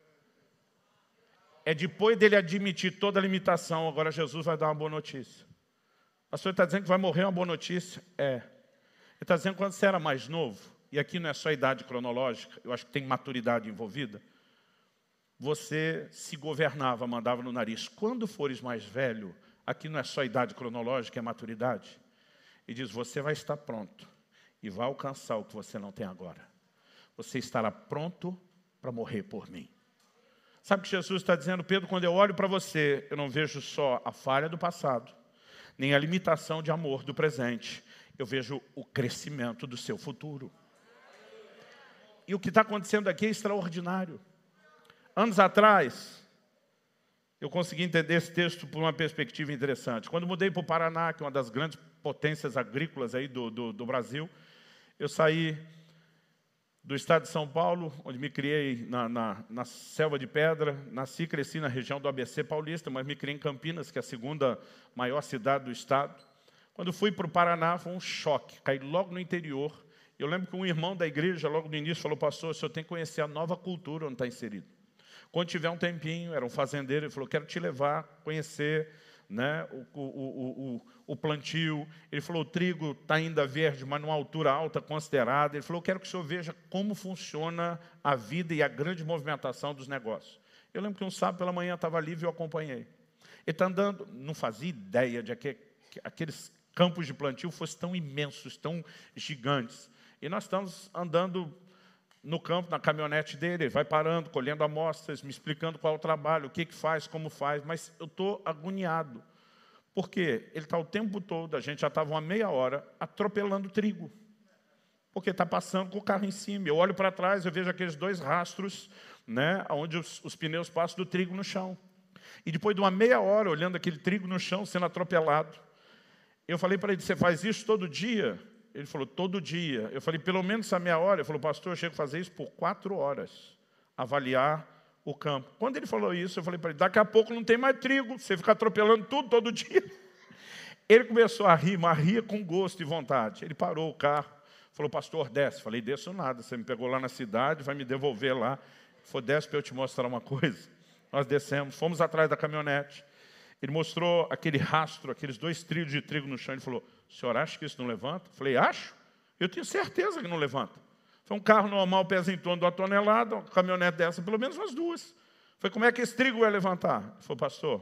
É depois dele admitir toda a limitação, agora Jesus vai dar uma boa notícia. O pastor está dizendo que vai morrer uma boa notícia? É. Ele está dizendo que quando você era mais novo, e aqui não é só idade cronológica, eu acho que tem maturidade envolvida, você se governava, mandava no nariz. Quando fores mais velho, aqui não é só idade cronológica, é maturidade. E diz, você vai estar pronto e vai alcançar o que você não tem agora. Você estará pronto para morrer por mim. Sabe o que Jesus está dizendo, Pedro? Quando eu olho para você, eu não vejo só a falha do passado, nem a limitação de amor do presente. Eu vejo o crescimento do seu futuro. E o que está acontecendo aqui é extraordinário. Anos atrás, eu consegui entender esse texto por uma perspectiva interessante. Quando mudei para o Paraná, que é uma das grandes potências agrícolas aí do Brasil, eu saí do estado de São Paulo, onde me criei na selva de pedra, nasci e cresci na região do ABC paulista, mas me criei em Campinas, que é a segunda maior cidade do estado. Quando fui para o Paraná, foi um choque, caí logo no interior. Eu lembro que um irmão da igreja, logo no início, falou, pastor, o senhor tem que conhecer a nova cultura onde está inserido. Quando tiver um tempinho, era um fazendeiro, ele falou, quero te levar, conhecer, né, o plantio. Ele falou, o trigo está ainda verde, mas numa altura alta considerada. Ele falou, quero que o senhor veja como funciona a vida e a grande movimentação dos negócios. Eu lembro que um sábado pela manhã estava livre e eu acompanhei. Ele está andando, não fazia ideia de que aqueles campos de plantio fossem tão imensos, tão gigantes. E nós estamos andando no campo, na caminhonete dele, ele vai parando, colhendo amostras, me explicando qual é o trabalho, o que faz, como faz, mas eu estou agoniado. Por quê? Ele está o tempo todo, a gente já estava uma meia hora, atropelando trigo. Porque está passando com o carro em cima. Eu olho para trás, eu vejo aqueles dois rastros, né, onde os pneus passam do trigo no chão. E depois de uma meia hora, olhando aquele trigo no chão, sendo atropelado, eu falei para ele, você faz isso todo dia? Ele falou, todo dia. Eu falei, pelo menos essa meia hora. Ele falou, pastor, eu chego a fazer isso por 4 horas. Avaliar o campo. Quando ele falou isso, eu falei para ele, daqui a pouco não tem mais trigo. Você fica atropelando tudo todo dia. Ele começou a rir, mas ria com gosto e vontade. Ele parou o carro. Falou, pastor, desce. Falei, desço nada. Você me pegou lá na cidade, vai me devolver lá. Ele falou, desce para eu te mostrar uma coisa. Nós descemos, fomos atrás da caminhonete. Ele mostrou aquele rastro, aqueles 2 trilhos de trigo no chão. Ele falou, o senhor acha que isso não levanta? Eu falei, acho. Eu tenho certeza que não levanta. Foi um carro normal, pesa em torno de 1 tonelada, uma caminhonete dessa, pelo menos umas 2. Falei, como é que esse trigo vai levantar? Ele falou, pastor,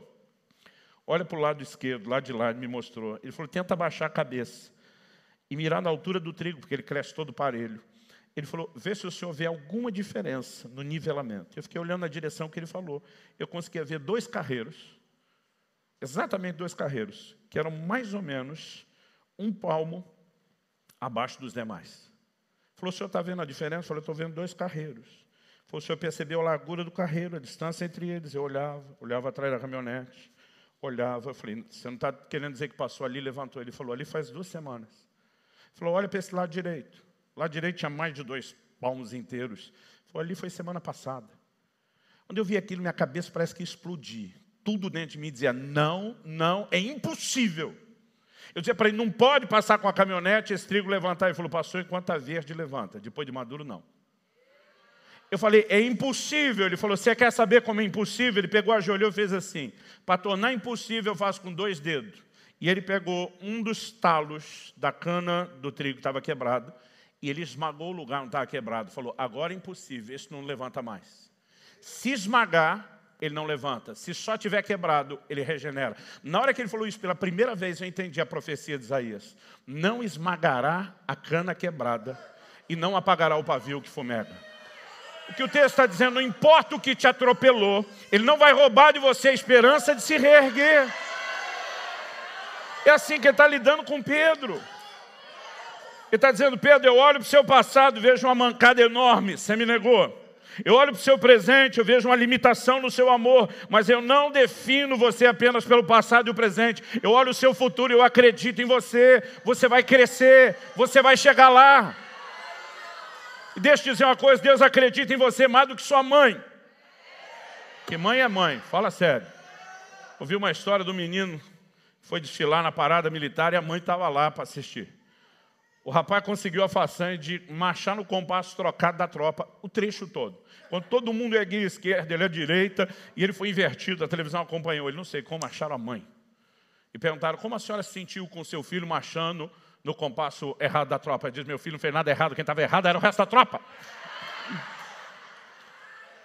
olha para o lado esquerdo, lá de lá, ele me mostrou. Ele falou, tenta abaixar a cabeça e mirar na altura do trigo, porque ele cresce todo parelho. Ele falou, vê se o senhor vê alguma diferença no nivelamento. Eu fiquei olhando na direção que ele falou. Eu conseguia ver 2 carreiros, exatamente 2 carreiros, que eram mais ou menos 1 palmo abaixo dos demais. Ele falou, o senhor está vendo a diferença? Eu falei, estou vendo 2 carreiros. Ele falou, o senhor percebeu a largura do carreiro, a distância entre eles? Eu olhava atrás da caminhonete, olhava. Eu falei, você não está querendo dizer que passou ali e levantou? Ele falou, ali faz 2 semanas. Ele falou, olha para esse lado direito. O lado direito tinha mais de 2 palmos inteiros. Ele falou, ali foi semana passada. Quando eu vi aquilo, minha cabeça parece que explodiu. Tudo dentro de mim dizia, não, não, é impossível. Eu dizia para ele, não pode passar com a caminhonete, esse trigo levantar. Ele falou, pastor, enquanto está verde, levanta. Depois de maduro, não. Eu falei, é impossível. Ele falou, você quer saber como é impossível? Ele pegou, ajoelhou e fez assim. Para tornar impossível, eu faço com 2 dedos. E ele pegou um dos talos da cana do trigo que estava quebrado, e ele esmagou o lugar onde estava quebrado. Falou, agora é impossível, esse não levanta mais. Se esmagar, ele não levanta. Se só tiver quebrado, ele regenera. Na hora que ele falou isso pela primeira vez, eu entendi a profecia de Isaías. Não esmagará a cana quebrada e não apagará o pavio que fumega. O que o texto está dizendo, não importa o que te atropelou, ele não vai roubar de você a esperança de se reerguer. É assim que ele está lidando com Pedro. Ele está dizendo, Pedro, eu olho para o seu passado e vejo uma mancada enorme, você me negou. Eu olho para o seu presente, eu vejo uma limitação no seu amor, mas eu não defino você apenas pelo passado e o presente. Eu olho o seu futuro e eu acredito em você. Você vai crescer, você vai chegar lá. E deixa eu dizer uma coisa, Deus acredita em você mais do que sua mãe. Que mãe é mãe, fala sério. Ouvi uma história do menino que foi desfilar na parada militar e a mãe estava lá para assistir. O rapaz conseguiu a façanha de marchar no compasso trocado da tropa, o trecho todo. Quando todo mundo erguia à esquerda, ele à direita, e ele foi invertido, a televisão acompanhou. Ele não sei como acharam a mãe. E perguntaram, como a senhora se sentiu com seu filho marchando no compasso errado da tropa? Ele diz, meu filho não fez nada errado, quem estava errado era o resto da tropa.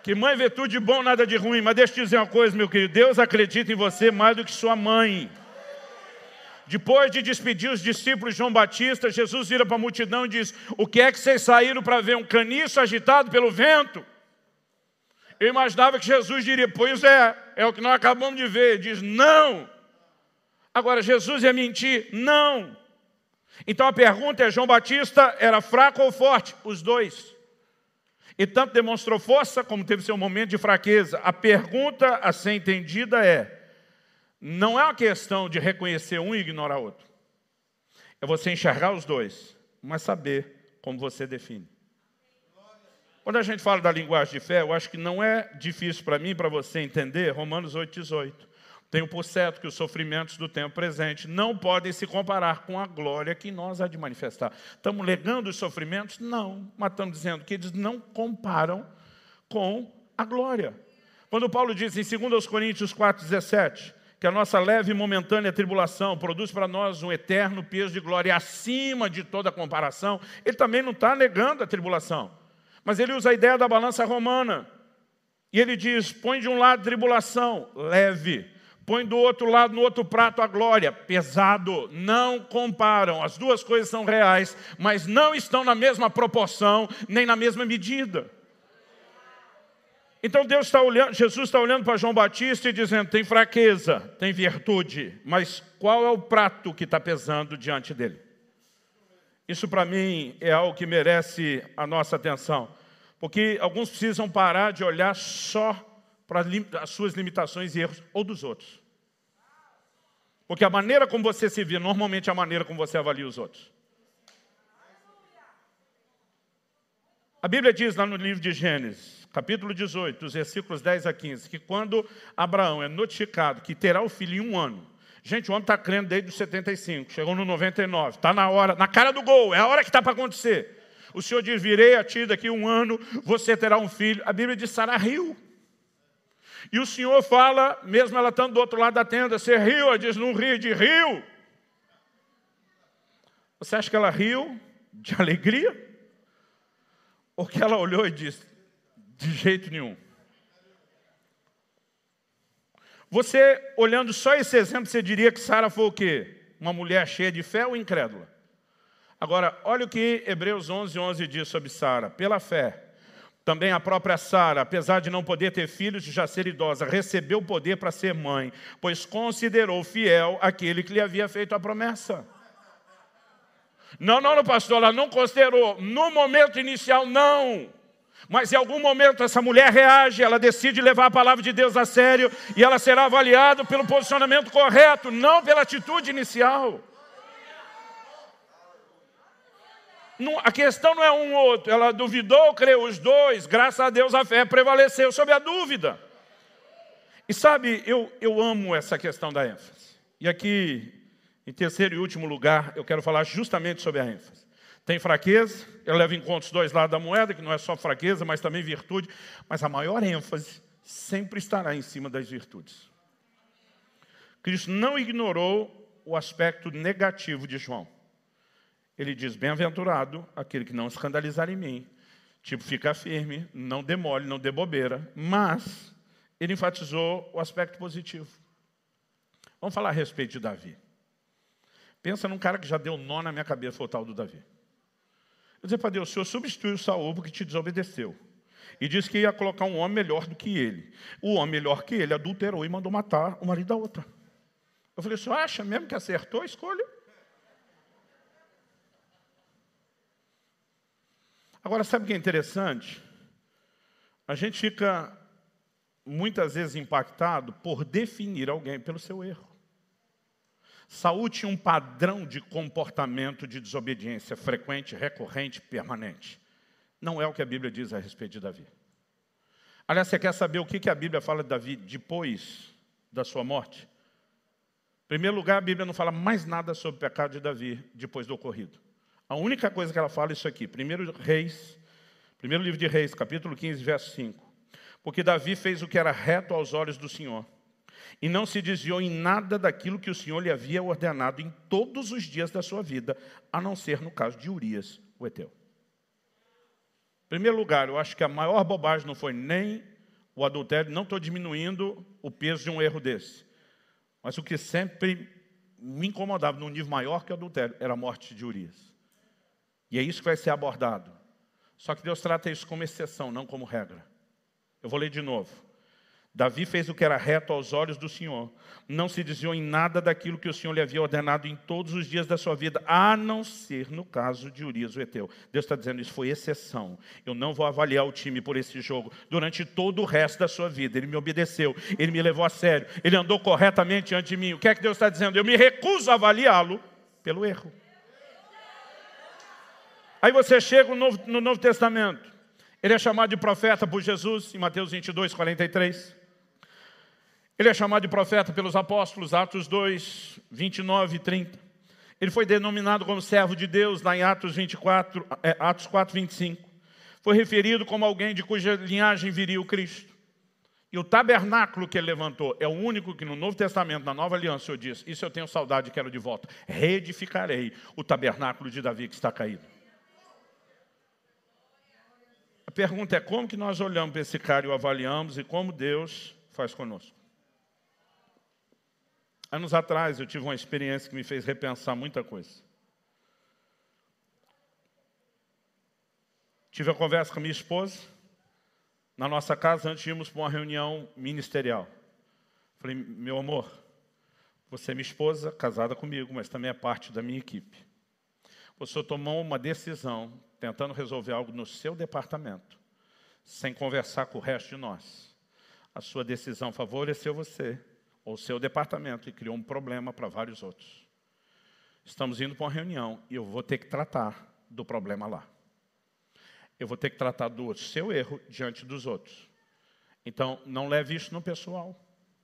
Que mãe vê tudo de bom, nada de ruim. Mas deixa eu te dizer uma coisa, meu querido. Deus acredita em você mais do que sua mãe. Depois de despedir os discípulos de João Batista, Jesus vira para a multidão e diz: o que é que vocês saíram para ver? Um caniço agitado pelo vento? Eu imaginava que Jesus diria: pois é o que nós acabamos de ver. Ele diz: não. Agora, Jesus ia mentir? Não. Então a pergunta é: João Batista era fraco ou forte? Os dois. E tanto demonstrou força como teve seu momento de fraqueza. A pergunta a ser entendida não é uma questão de reconhecer um e ignorar outro. É você enxergar os dois, mas saber como você define. Quando a gente fala da linguagem de fé, eu acho que não é difícil para mim e para você entender Romanos 8,18. Tenho por certo que os sofrimentos do tempo presente não podem se comparar com a glória que nós há de manifestar. Estamos negando os sofrimentos? Não, mas estamos dizendo que eles não comparam com a glória. Quando Paulo diz em 2 Coríntios 4,17, que a nossa leve e momentânea tribulação produz para nós um eterno peso de glória acima de toda comparação, ele também não está negando a tribulação. Mas ele usa a ideia da balança romana. E ele diz: põe de um lado tribulação, leve. Põe do outro lado, no outro prato, a glória, pesado. Não comparam. As duas coisas são reais, mas não estão na mesma proporção, nem na mesma medida. Então Jesus está olhando para João Batista e dizendo: tem fraqueza, tem virtude, mas qual é o prato que está pesando diante dele? Isso para mim é algo que merece a nossa atenção, porque alguns precisam parar de olhar só para as suas limitações e erros ou dos outros. Porque a maneira como você se vê normalmente é a maneira como você avalia os outros. A Bíblia diz lá no livro de Gênesis, capítulo 18, os versículos 10 a 15, que quando Abraão é notificado que terá o filho em 1 ano, gente, o homem está crendo desde os 75, chegou no 99, está na hora, na cara do gol, é a hora que está para acontecer. O Senhor diz: virei a ti daqui 1 ano, você terá um filho. A Bíblia diz: Sara riu. E o Senhor fala, mesmo ela estando do outro lado da tenda: você riu? Ela diz: não ri, de riu. Você acha que ela riu de alegria? Ou que ela olhou e disse: de jeito nenhum. Você, olhando só esse exemplo, você diria que Sara foi o quê? Uma mulher cheia de fé ou incrédula? Agora, olha o que Hebreus 11:11 diz sobre Sara. Pela fé, também a própria Sara, apesar de não poder ter filhos e já ser idosa, recebeu o poder para ser mãe, pois considerou fiel aquele que lhe havia feito a promessa. Não, pastor, ela não considerou. No momento inicial, não. Mas em algum momento essa mulher reage, ela decide levar a palavra de Deus a sério e ela será avaliada pelo posicionamento correto, não pela atitude inicial. Não, a questão não é um ou outro. Ela duvidou, creu, os dois. Graças a Deus a fé prevaleceu sobre a dúvida. E sabe, eu amo essa questão da ênfase. E aqui, em terceiro e último lugar, eu quero falar justamente sobre a ênfase. Tem fraqueza, eu levo em conta os dois lados da moeda, que não é só fraqueza, mas também virtude. Mas a maior ênfase sempre estará em cima das virtudes. Cristo não ignorou o aspecto negativo de João. Ele diz: bem-aventurado aquele que não escandalizar em mim. Tipo, fica firme, não dê mole, não dê bobeira. Mas ele enfatizou o aspecto positivo. Vamos falar a respeito de Davi. Pensa num cara que já deu nó na minha cabeça, foi o tal do Davi. Eu disse para Deus: o Senhor substituiu Saul porque te desobedeceu. E disse que ia colocar um homem melhor do que ele. O homem melhor que ele adulterou e mandou matar o marido da outra. Eu falei: o senhor acha mesmo que acertou a escolha? Agora, sabe o que é interessante? A gente fica muitas vezes impactado por definir alguém pelo seu erro. Saul tinha um padrão de comportamento de desobediência frequente, recorrente, permanente. Não é o que a Bíblia diz a respeito de Davi. Aliás, você quer saber o que a Bíblia fala de Davi depois da sua morte? Em primeiro lugar, a Bíblia não fala mais nada sobre o pecado de Davi depois do ocorrido. A única coisa que ela fala é isso aqui. Primeiro livro de Reis, capítulo 15, verso 5. Porque Davi fez o que era reto aos olhos do Senhor, e não se desviou em nada daquilo que o Senhor lhe havia ordenado em todos os dias da sua vida, a não ser no caso de Urias, o heteu. Em primeiro lugar, eu acho que a maior bobagem não foi nem o adultério, não estou diminuindo o peso de um erro desse. Mas o que sempre me incomodava num nível maior que o adultério era a morte de Urias. E é isso que vai ser abordado. Só que Deus trata isso como exceção, não como regra. Eu vou ler de novo. Davi fez o que era reto aos olhos do Senhor. Não se desviou em nada daquilo que o Senhor lhe havia ordenado em todos os dias da sua vida, a não ser no caso de Urias o Heteu. Deus está dizendo, isso foi exceção. Eu não vou avaliar o time por esse jogo. Durante todo o resto da sua vida, ele me obedeceu, ele me levou a sério, ele andou corretamente diante de mim. O que é que Deus está dizendo? Eu me recuso a avaliá-lo pelo erro. Aí você chega no Novo Testamento. Ele é chamado de profeta por Jesus, em Mateus 22, 43. Ele é chamado de profeta pelos apóstolos, Atos 2, 29 e 30. Ele foi denominado como servo de Deus, lá em Atos 4, 25. Foi referido como alguém de cuja linhagem viria o Cristo. E o tabernáculo que ele levantou é o único que no Novo Testamento, na Nova Aliança, o Senhor diz, isso eu tenho saudade e quero de volta. Reedificarei o tabernáculo de Davi que está caído. A pergunta é como que nós olhamos para esse cara e o avaliamos e como Deus faz conosco. Anos atrás eu tive uma experiência que me fez repensar muita coisa. Tive uma conversa com a minha esposa, na nossa casa, antes de irmos para uma reunião ministerial. Falei, meu amor, você é minha esposa, casada comigo, mas também é parte da minha equipe. Você tomou uma decisão, tentando resolver algo no seu departamento, sem conversar com o resto de nós. A sua decisão favoreceu você, ou o seu departamento, e criou um problema para vários outros. Estamos indo para uma reunião e eu vou ter que tratar do problema lá. Eu vou ter que tratar do seu erro diante dos outros. Então, não leve isso no pessoal.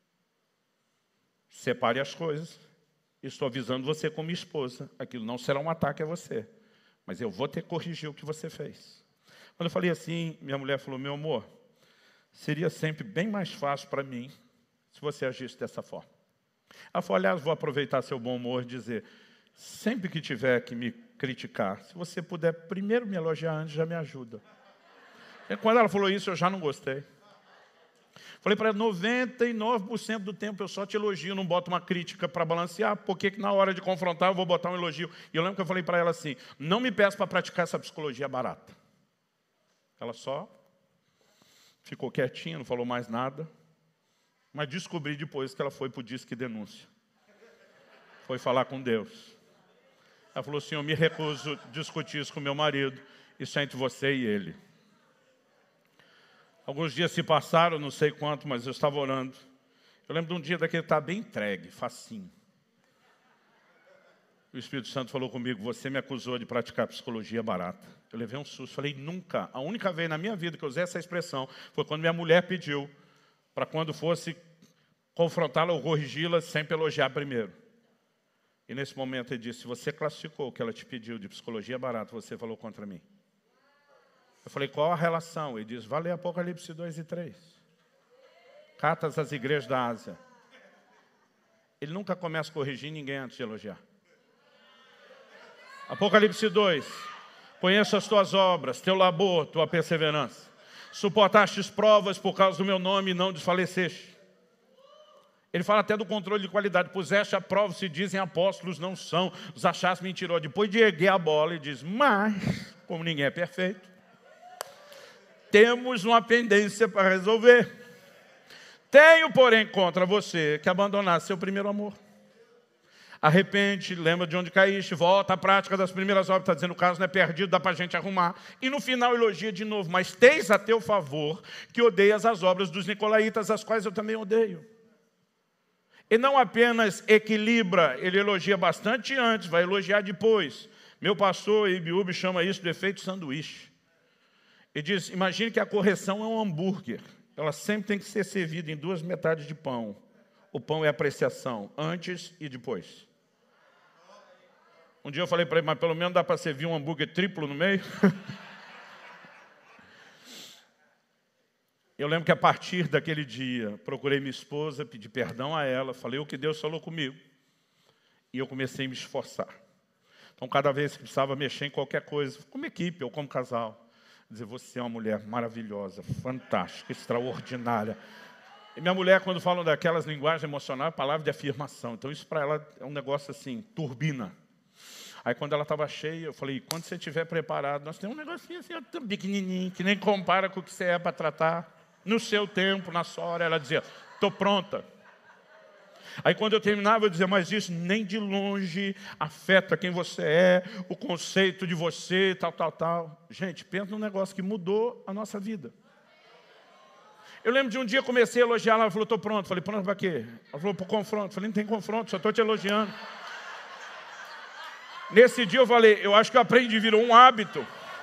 Separe as coisas. Estou avisando você como esposa. Aquilo não será um ataque a você. Mas eu vou ter que corrigir o que você fez. Quando eu falei assim, minha mulher falou, meu amor, seria sempre bem mais fácil para mim se você agisse dessa forma. Ela falou, aliás, vou aproveitar seu bom humor e dizer, sempre que tiver que me criticar, se você puder primeiro me elogiar antes, já me ajuda. E quando ela falou isso, eu já não gostei. Falei para ela, 99% do tempo eu só te elogio, não boto uma crítica para balancear, porque que na hora de confrontar eu vou botar um elogio. E eu lembro que eu falei para ela assim, não me peça para praticar essa psicologia barata. Ela só ficou quietinha, não falou mais nada. Mas descobri depois que ela foi para o Disque Denúncia. Foi falar com Deus. Ela falou assim, eu me recuso a discutir isso com meu marido. Isso é entre você e ele. Alguns dias se passaram, não sei quanto, mas eu estava orando. Eu lembro de um dia daquele que estava bem entregue, facinho. O Espírito Santo falou comigo, você me acusou de praticar psicologia barata. Eu levei um susto, falei, nunca. A única vez na minha vida que eu usei essa expressão foi quando minha mulher pediu para quando fosse confrontá-la ou corrigi-la, sempre elogiar primeiro. E nesse momento ele disse, se você classificou o que ela te pediu de psicologia barata, você falou contra mim. Eu falei, qual a relação? Ele diz, vai ler Apocalipse 2 e 3. Cartas às igrejas da Ásia. Ele nunca começa a corrigir ninguém antes de elogiar. Apocalipse 2. Conheço as tuas obras, teu labor, tua perseverança. Suportastes provas por causa do meu nome e não desfaleceste. Ele fala até do controle de qualidade. Puseste a prova, se dizem apóstolos, não são. Os achaste mentirosos. Depois de erguer a bola, ele diz, mas, como ninguém é perfeito, temos uma pendência para resolver. Tenho, porém, contra você que abandonasse seu primeiro amor. Arrepende, lembra de onde caíste, volta à prática das primeiras obras. Está dizendo, o caso não é perdido, dá para a gente arrumar. E no final elogia de novo, mas tens a teu favor que odeias as obras dos nicolaítas, as quais eu também odeio. E não apenas equilibra, ele elogia bastante antes, vai elogiar depois. Meu pastor Ibiúbe chama isso de efeito sanduíche. Ele diz, imagine que a correção é um hambúrguer. Ela sempre tem que ser servida em duas metades de pão. O pão é apreciação, antes e depois. Um dia eu falei para ele, mas pelo menos dá para servir um hambúrguer triplo no meio? Eu lembro que a partir daquele dia, procurei minha esposa, pedi perdão a ela, falei o que Deus falou comigo. E eu comecei a me esforçar. Então, cada vez que precisava mexer em qualquer coisa, como equipe ou como casal, Dizer, você é uma mulher maravilhosa, fantástica, extraordinária. E minha mulher, quando falam daquelas linguagens emocionais, é palavra de afirmação. Então isso para ela é um negócio assim, turbina. Aí quando ela estava cheia, eu falei, quando você estiver preparado, nós temos um negocinho assim, tão pequenininho, que nem compara com o que você é para tratar. No seu tempo, na sua hora, ela dizia, estou pronta. Aí quando eu terminava, eu dizia, mas isso nem de longe afeta quem você é, o conceito de você, tal, tal, tal. Gente, pensa num negócio que mudou a nossa vida. Eu lembro de um dia, comecei a elogiar ela, ela falou, estou pronto. Falei, pronto para quê? Ela falou, para o confronto. Falei, não tem confronto, só estou te elogiando. Nesse dia eu falei, eu acho que eu aprendi, virou um hábito.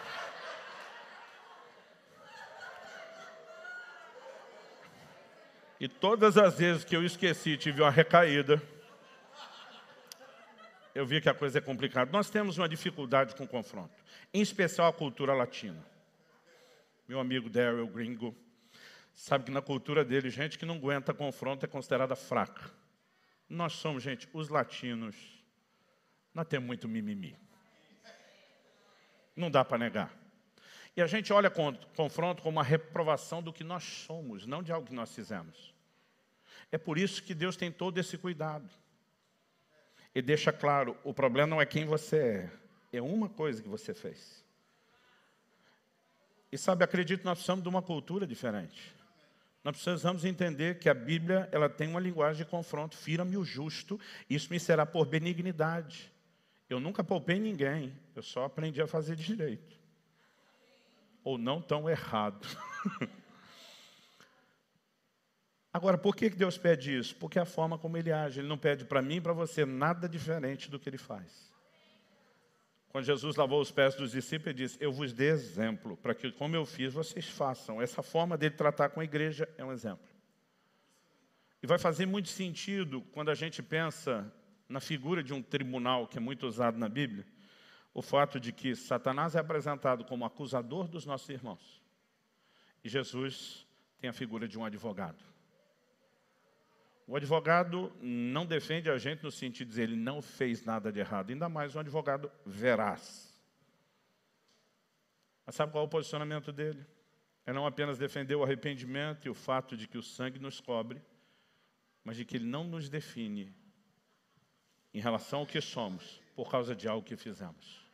E todas as vezes que eu esqueci, tive uma recaída, eu vi que a coisa é complicada. Nós temos uma dificuldade com o confronto, em especial a cultura latina. Meu amigo Daryl Gringo sabe que na cultura dele, gente que não aguenta confronto é considerada fraca. Nós somos, gente, os latinos, nós temos muito mimimi. Não dá para negar. E a gente olha confronto como uma reprovação do que nós somos, não de algo que nós fizemos. É por isso que Deus tem todo esse cuidado. E deixa claro, o problema não é quem você é uma coisa que você fez. E sabe, acredito que nós precisamos de uma cultura diferente. Nós precisamos entender que a Bíblia ela tem uma linguagem de confronto. Fira-me o justo, isso me será por benignidade. Eu nunca poupei ninguém, eu só aprendi a fazer direito. Ou não tão errado. Agora, por que Deus pede isso? Porque é a forma como Ele age. Ele não pede para mim e para você nada diferente do que Ele faz. Quando Jesus lavou os pés dos discípulos, Ele disse, eu vos dei exemplo, para que, como eu fiz, vocês façam. Essa forma dele tratar com a igreja é um exemplo. E vai fazer muito sentido quando a gente pensa na figura de um tribunal, que é muito usado na Bíblia, o fato de que Satanás é apresentado como acusador dos nossos irmãos. E Jesus tem a figura de um advogado. O advogado não defende a gente no sentido de dizer ele não fez nada de errado, ainda mais um advogado veraz. Mas sabe qual é o posicionamento dele? É não apenas defender o arrependimento e o fato de que o sangue nos cobre, mas de que ele não nos define em relação ao que somos, por causa de algo que fizemos.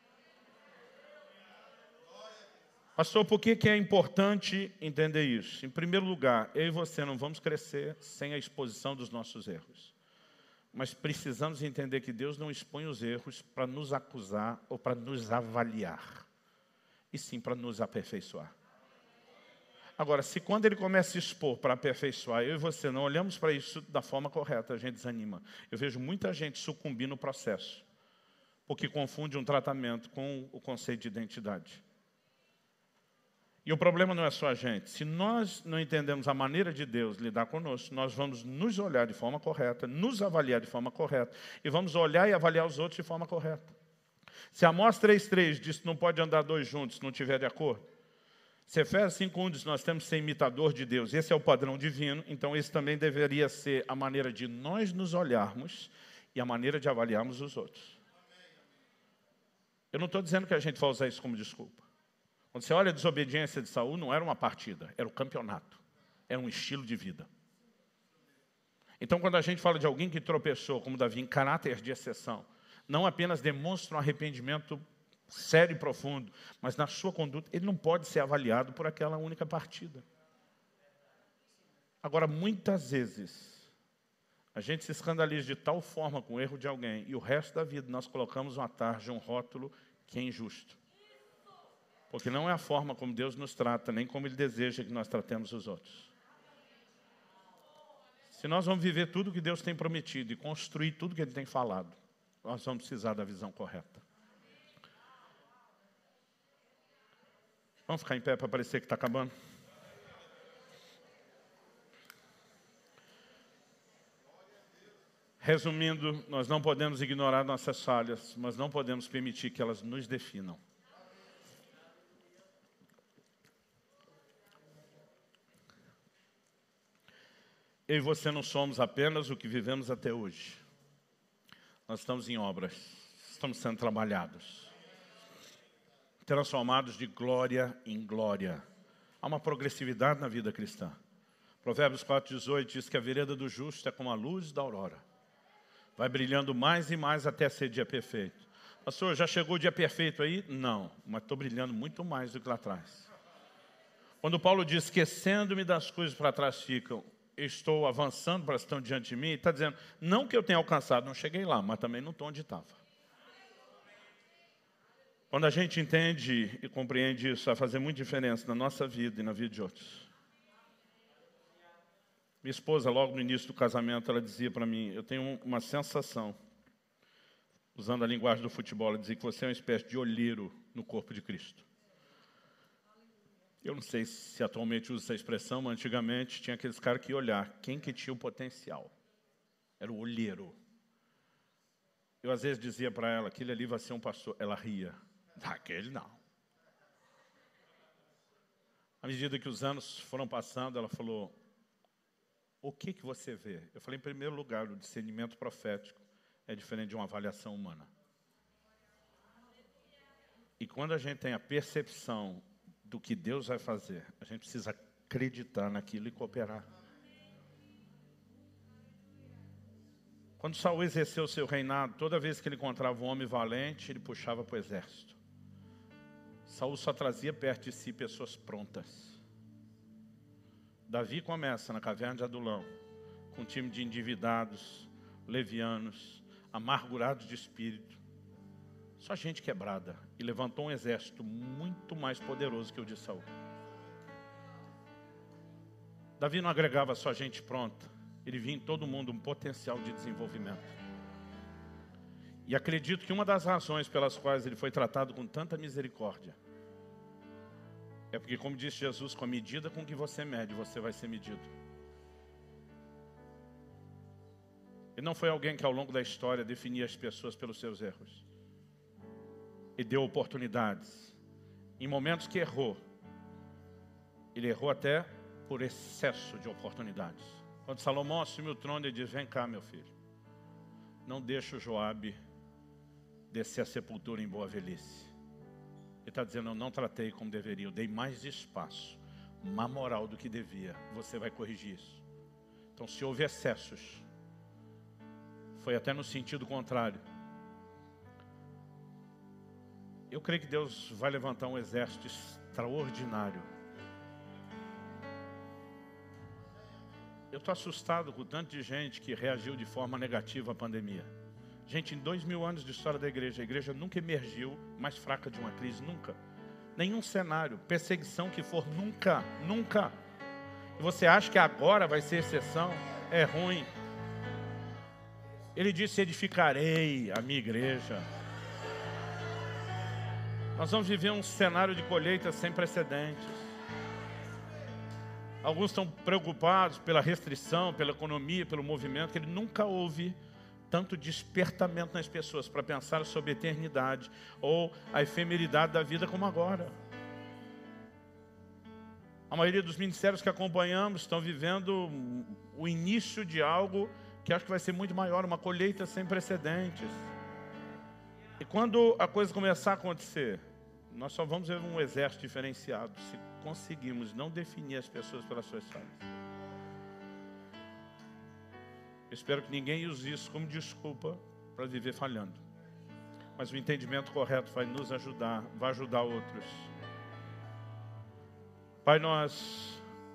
Pastor, por que é importante entender isso? Em primeiro lugar, eu e você não vamos crescer sem a exposição dos nossos erros. Mas precisamos entender que Deus não expõe os erros para nos acusar ou para nos avaliar, e sim para nos aperfeiçoar. Agora, se quando Ele começa a expor para aperfeiçoar, eu e você não olhamos para isso da forma correta, a gente desanima. Eu vejo muita gente sucumbir no processo, porque confunde um tratamento com o conceito de identidade. E o problema não é só a gente. Se nós não entendemos a maneira de Deus lidar conosco, nós vamos nos olhar de forma correta, nos avaliar de forma correta, e vamos olhar e avaliar os outros de forma correta. Se Amós 3,3 diz que não pode andar dois juntos se não estiver de acordo, se Efésios 5,1 diz que nós temos que ser imitador de Deus, esse é o padrão divino, então esse também deveria ser a maneira de nós nos olharmos e a maneira de avaliarmos os outros. Eu não estou dizendo que a gente vai usar isso como desculpa. Quando você olha a desobediência de Saul, não era uma partida, era o campeonato. Era um estilo de vida. Então, quando a gente fala de alguém que tropeçou, como Davi, em caráter de exceção, não apenas demonstra um arrependimento sério e profundo, mas na sua conduta, ele não pode ser avaliado por aquela única partida. Agora, muitas vezes, a gente se escandaliza de tal forma com o erro de alguém, e o resto da vida nós colocamos uma tarja, um rótulo que é injusto. Porque não é a forma como Deus nos trata, nem como Ele deseja que nós tratemos os outros. Se nós vamos viver tudo o que Deus tem prometido e construir tudo o que Ele tem falado, nós vamos precisar da visão correta. Vamos ficar em pé para parecer que está acabando? Resumindo, nós não podemos ignorar nossas falhas, mas não podemos permitir que elas nos definam. Eu e você não somos apenas o que vivemos até hoje. Nós estamos em obras, estamos sendo trabalhados. transformados de glória em glória. Há uma progressividade na vida cristã. Provérbios 4,18 diz que a vereda do justo é como a luz da aurora. Vai brilhando mais e mais até ser dia perfeito. Pastor, já chegou o dia perfeito aí? Não, mas estou brilhando muito mais do que lá atrás. Quando Paulo diz, esquecendo-me das coisas para trás ficam, estou avançando para as que estão diante de mim, ele está dizendo, não que eu tenha alcançado, não cheguei lá, mas também não estou onde estava. Quando a gente entende e compreende isso, vai fazer muita diferença na nossa vida e na vida de outros. Minha esposa, logo no início do casamento, ela dizia para mim, eu tenho uma sensação, usando a linguagem do futebol, ela dizia que você é uma espécie de olheiro no corpo de Cristo. Eu não sei se atualmente usa essa expressão, mas antigamente tinha aqueles caras que iam olhar quem que tinha o potencial. Era o olheiro. Eu às vezes dizia para ela, aquele ali vai ser um pastor. Ela ria. Aquele não. À medida que os anos foram passando, ela falou, o que você vê? Eu falei, em primeiro lugar, o discernimento profético é diferente de uma avaliação humana. E quando a gente tem a percepção do que Deus vai fazer, a gente precisa acreditar naquilo e cooperar. Quando Saul exerceu o seu reinado, toda vez que ele encontrava um homem valente, ele puxava para o exército. Saul só trazia perto de si pessoas prontas. Davi começa na caverna de Adulão, com um time de endividados, levianos, amargurados de espírito. Só gente quebrada. E levantou um exército muito mais poderoso que o de Saul. Davi não agregava só gente pronta. Ele via em todo mundo um potencial de desenvolvimento. E acredito que uma das razões pelas quais ele foi tratado com tanta misericórdia é porque, como disse Jesus, com a medida com que você mede, você vai ser medido. Ele não foi alguém que ao longo da história definia as pessoas pelos seus erros. Ele deu oportunidades. Em momentos que errou, ele errou até por excesso de oportunidades. Quando Salomão assumiu o trono, ele diz, vem cá, meu filho. Não deixa o Joabe descer a sepultura em boa velhice. Ele está dizendo, eu não tratei como deveria, eu dei mais espaço, má moral do que devia. Você vai corrigir isso. Então, se houve excessos, foi até no sentido contrário. Eu creio que Deus vai levantar um exército extraordinário. Eu estou assustado com o tanto de gente que reagiu de forma negativa à pandemia. Gente, em 2000 anos de história da igreja, a igreja nunca emergiu mais fraca de uma crise, nunca. Nenhum cenário, perseguição que for, nunca, nunca. E você acha que agora vai ser exceção? É ruim. Ele disse, edificarei a minha igreja. Nós vamos viver um cenário de colheita sem precedentes. Alguns estão preocupados pela restrição, pela economia, pelo movimento, que ele nunca houve tanto despertamento nas pessoas para pensar sobre a eternidade ou a efemeridade da vida como agora. A maioria dos ministérios que acompanhamos estão vivendo o início de algo que acho que vai ser muito maior, uma colheita sem precedentes. E quando a coisa começar a acontecer, nós só vamos ver um exército diferenciado se conseguirmos não definir as pessoas pelas suas falhas. Espero que ninguém use isso como desculpa para viver falhando. Mas o entendimento correto vai nos ajudar, vai ajudar outros. Pai, nós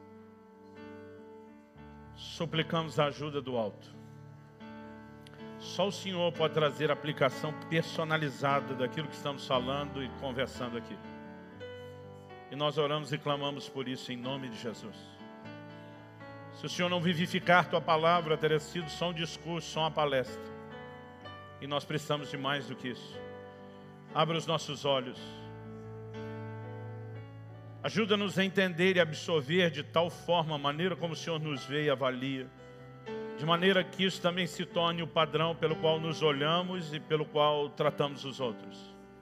suplicamos a ajuda do alto. Só o Senhor pode trazer a aplicação personalizada daquilo que estamos falando e conversando aqui. E nós oramos e clamamos por isso em nome de Jesus. Se o Senhor não vivificar Tua palavra, teria sido só um discurso, só uma palestra. E nós precisamos de mais do que isso. Abra os nossos olhos. Ajuda-nos a entender e absorver de tal forma a maneira como o Senhor nos vê e avalia. De maneira que isso também se torne o padrão pelo qual nos olhamos e pelo qual tratamos os outros.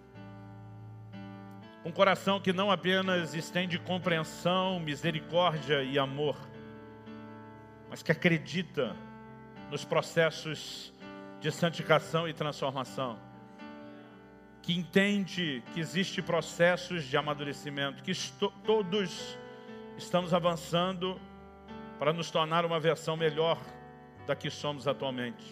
Um coração que não apenas estende compreensão, misericórdia e amor, mas que acredita nos processos de santificação e transformação. que entende que existem processos de amadurecimento, que todos estamos avançando para nos tornar uma versão melhor da que somos atualmente.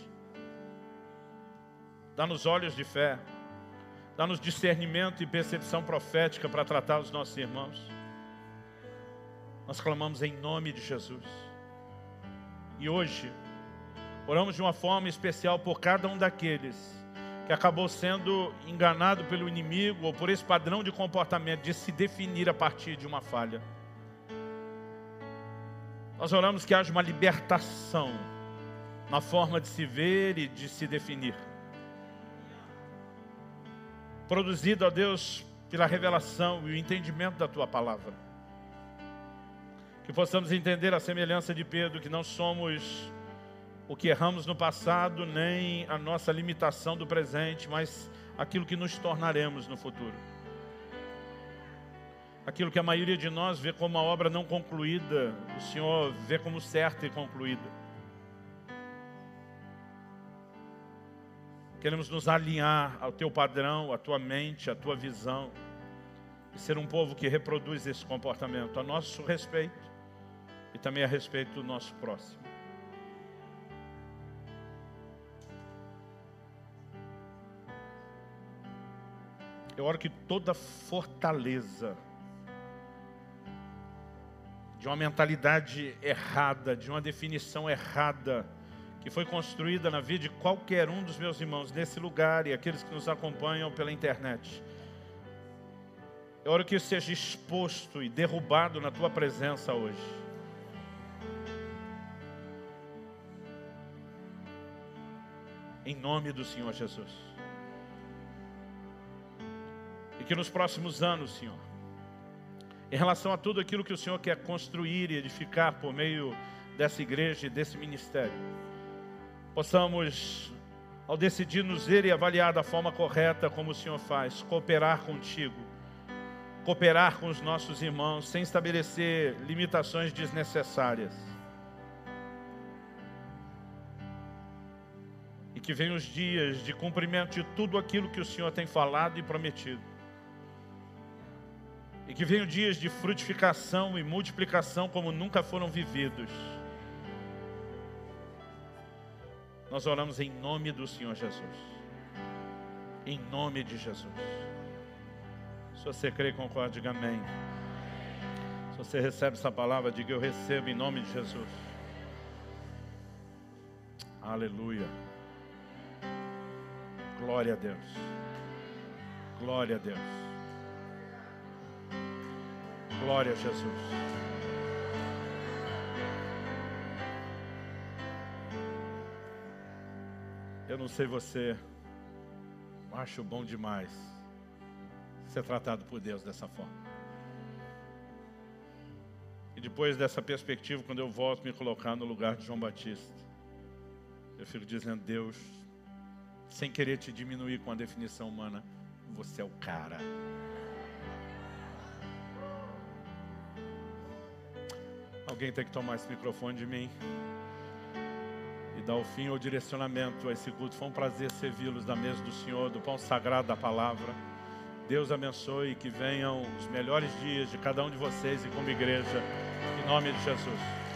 Dá-nos olhos de fé, dá-nos discernimento e percepção profética para tratar os nossos irmãos. Nós clamamos em nome de Jesus. E hoje, oramos de uma forma especial por cada um daqueles que acabou sendo enganado pelo inimigo ou por esse padrão de comportamento de se definir a partir de uma falha. Nós oramos que haja uma libertação na forma de se ver e de se definir, produzida, ó Deus, pela revelação e o entendimento da Tua Palavra. Que possamos entender a semelhança de Pedro, que não somos o que erramos no passado, nem a nossa limitação do presente, mas aquilo que nos tornaremos no futuro. Aquilo que a maioria de nós vê como uma obra não concluída, o Senhor vê como certa e concluída. Queremos nos alinhar ao Teu padrão, à Tua mente, à Tua visão, e ser um povo que reproduz esse comportamento a nosso respeito e também a respeito do nosso próximo. Eu oro que toda fortaleza de uma mentalidade errada, de uma definição errada, que foi construída na vida de qualquer um dos meus irmãos nesse lugar e aqueles que nos acompanham pela internet, eu oro que isso seja exposto e derrubado na Tua presença hoje. Em nome do Senhor Jesus. E que nos próximos anos, Senhor, em relação a tudo aquilo que o Senhor quer construir e edificar por meio dessa igreja e desse ministério, possamos, ao decidir nos ver e avaliar da forma correta como o Senhor faz, cooperar contigo, cooperar com os nossos irmãos, sem estabelecer limitações desnecessárias. E que venham os dias de cumprimento de tudo aquilo que o Senhor tem falado e prometido. E que venham dias de frutificação e multiplicação como nunca foram vividos. Nós oramos em nome do Senhor Jesus. Em nome de Jesus. Se você crê e concorda, diga amém. Se você recebe essa palavra, diga eu recebo em nome de Jesus. Aleluia. Glória a Deus. Glória a Deus. Glória a Jesus. Eu não sei você, acho bom demais ser tratado por Deus dessa forma. E depois dessa perspectiva, quando eu volto a me colocar no lugar de João Batista, eu fico dizendo, Deus, sem querer te diminuir com a definição humana, você é o cara. Alguém tem que tomar esse microfone de mim e dar o fim ou direcionamento a esse culto. Foi um prazer servi-los da mesa do Senhor, do pão sagrado da palavra. Deus abençoe e que venham os melhores dias de cada um de vocês e como igreja, em nome de Jesus.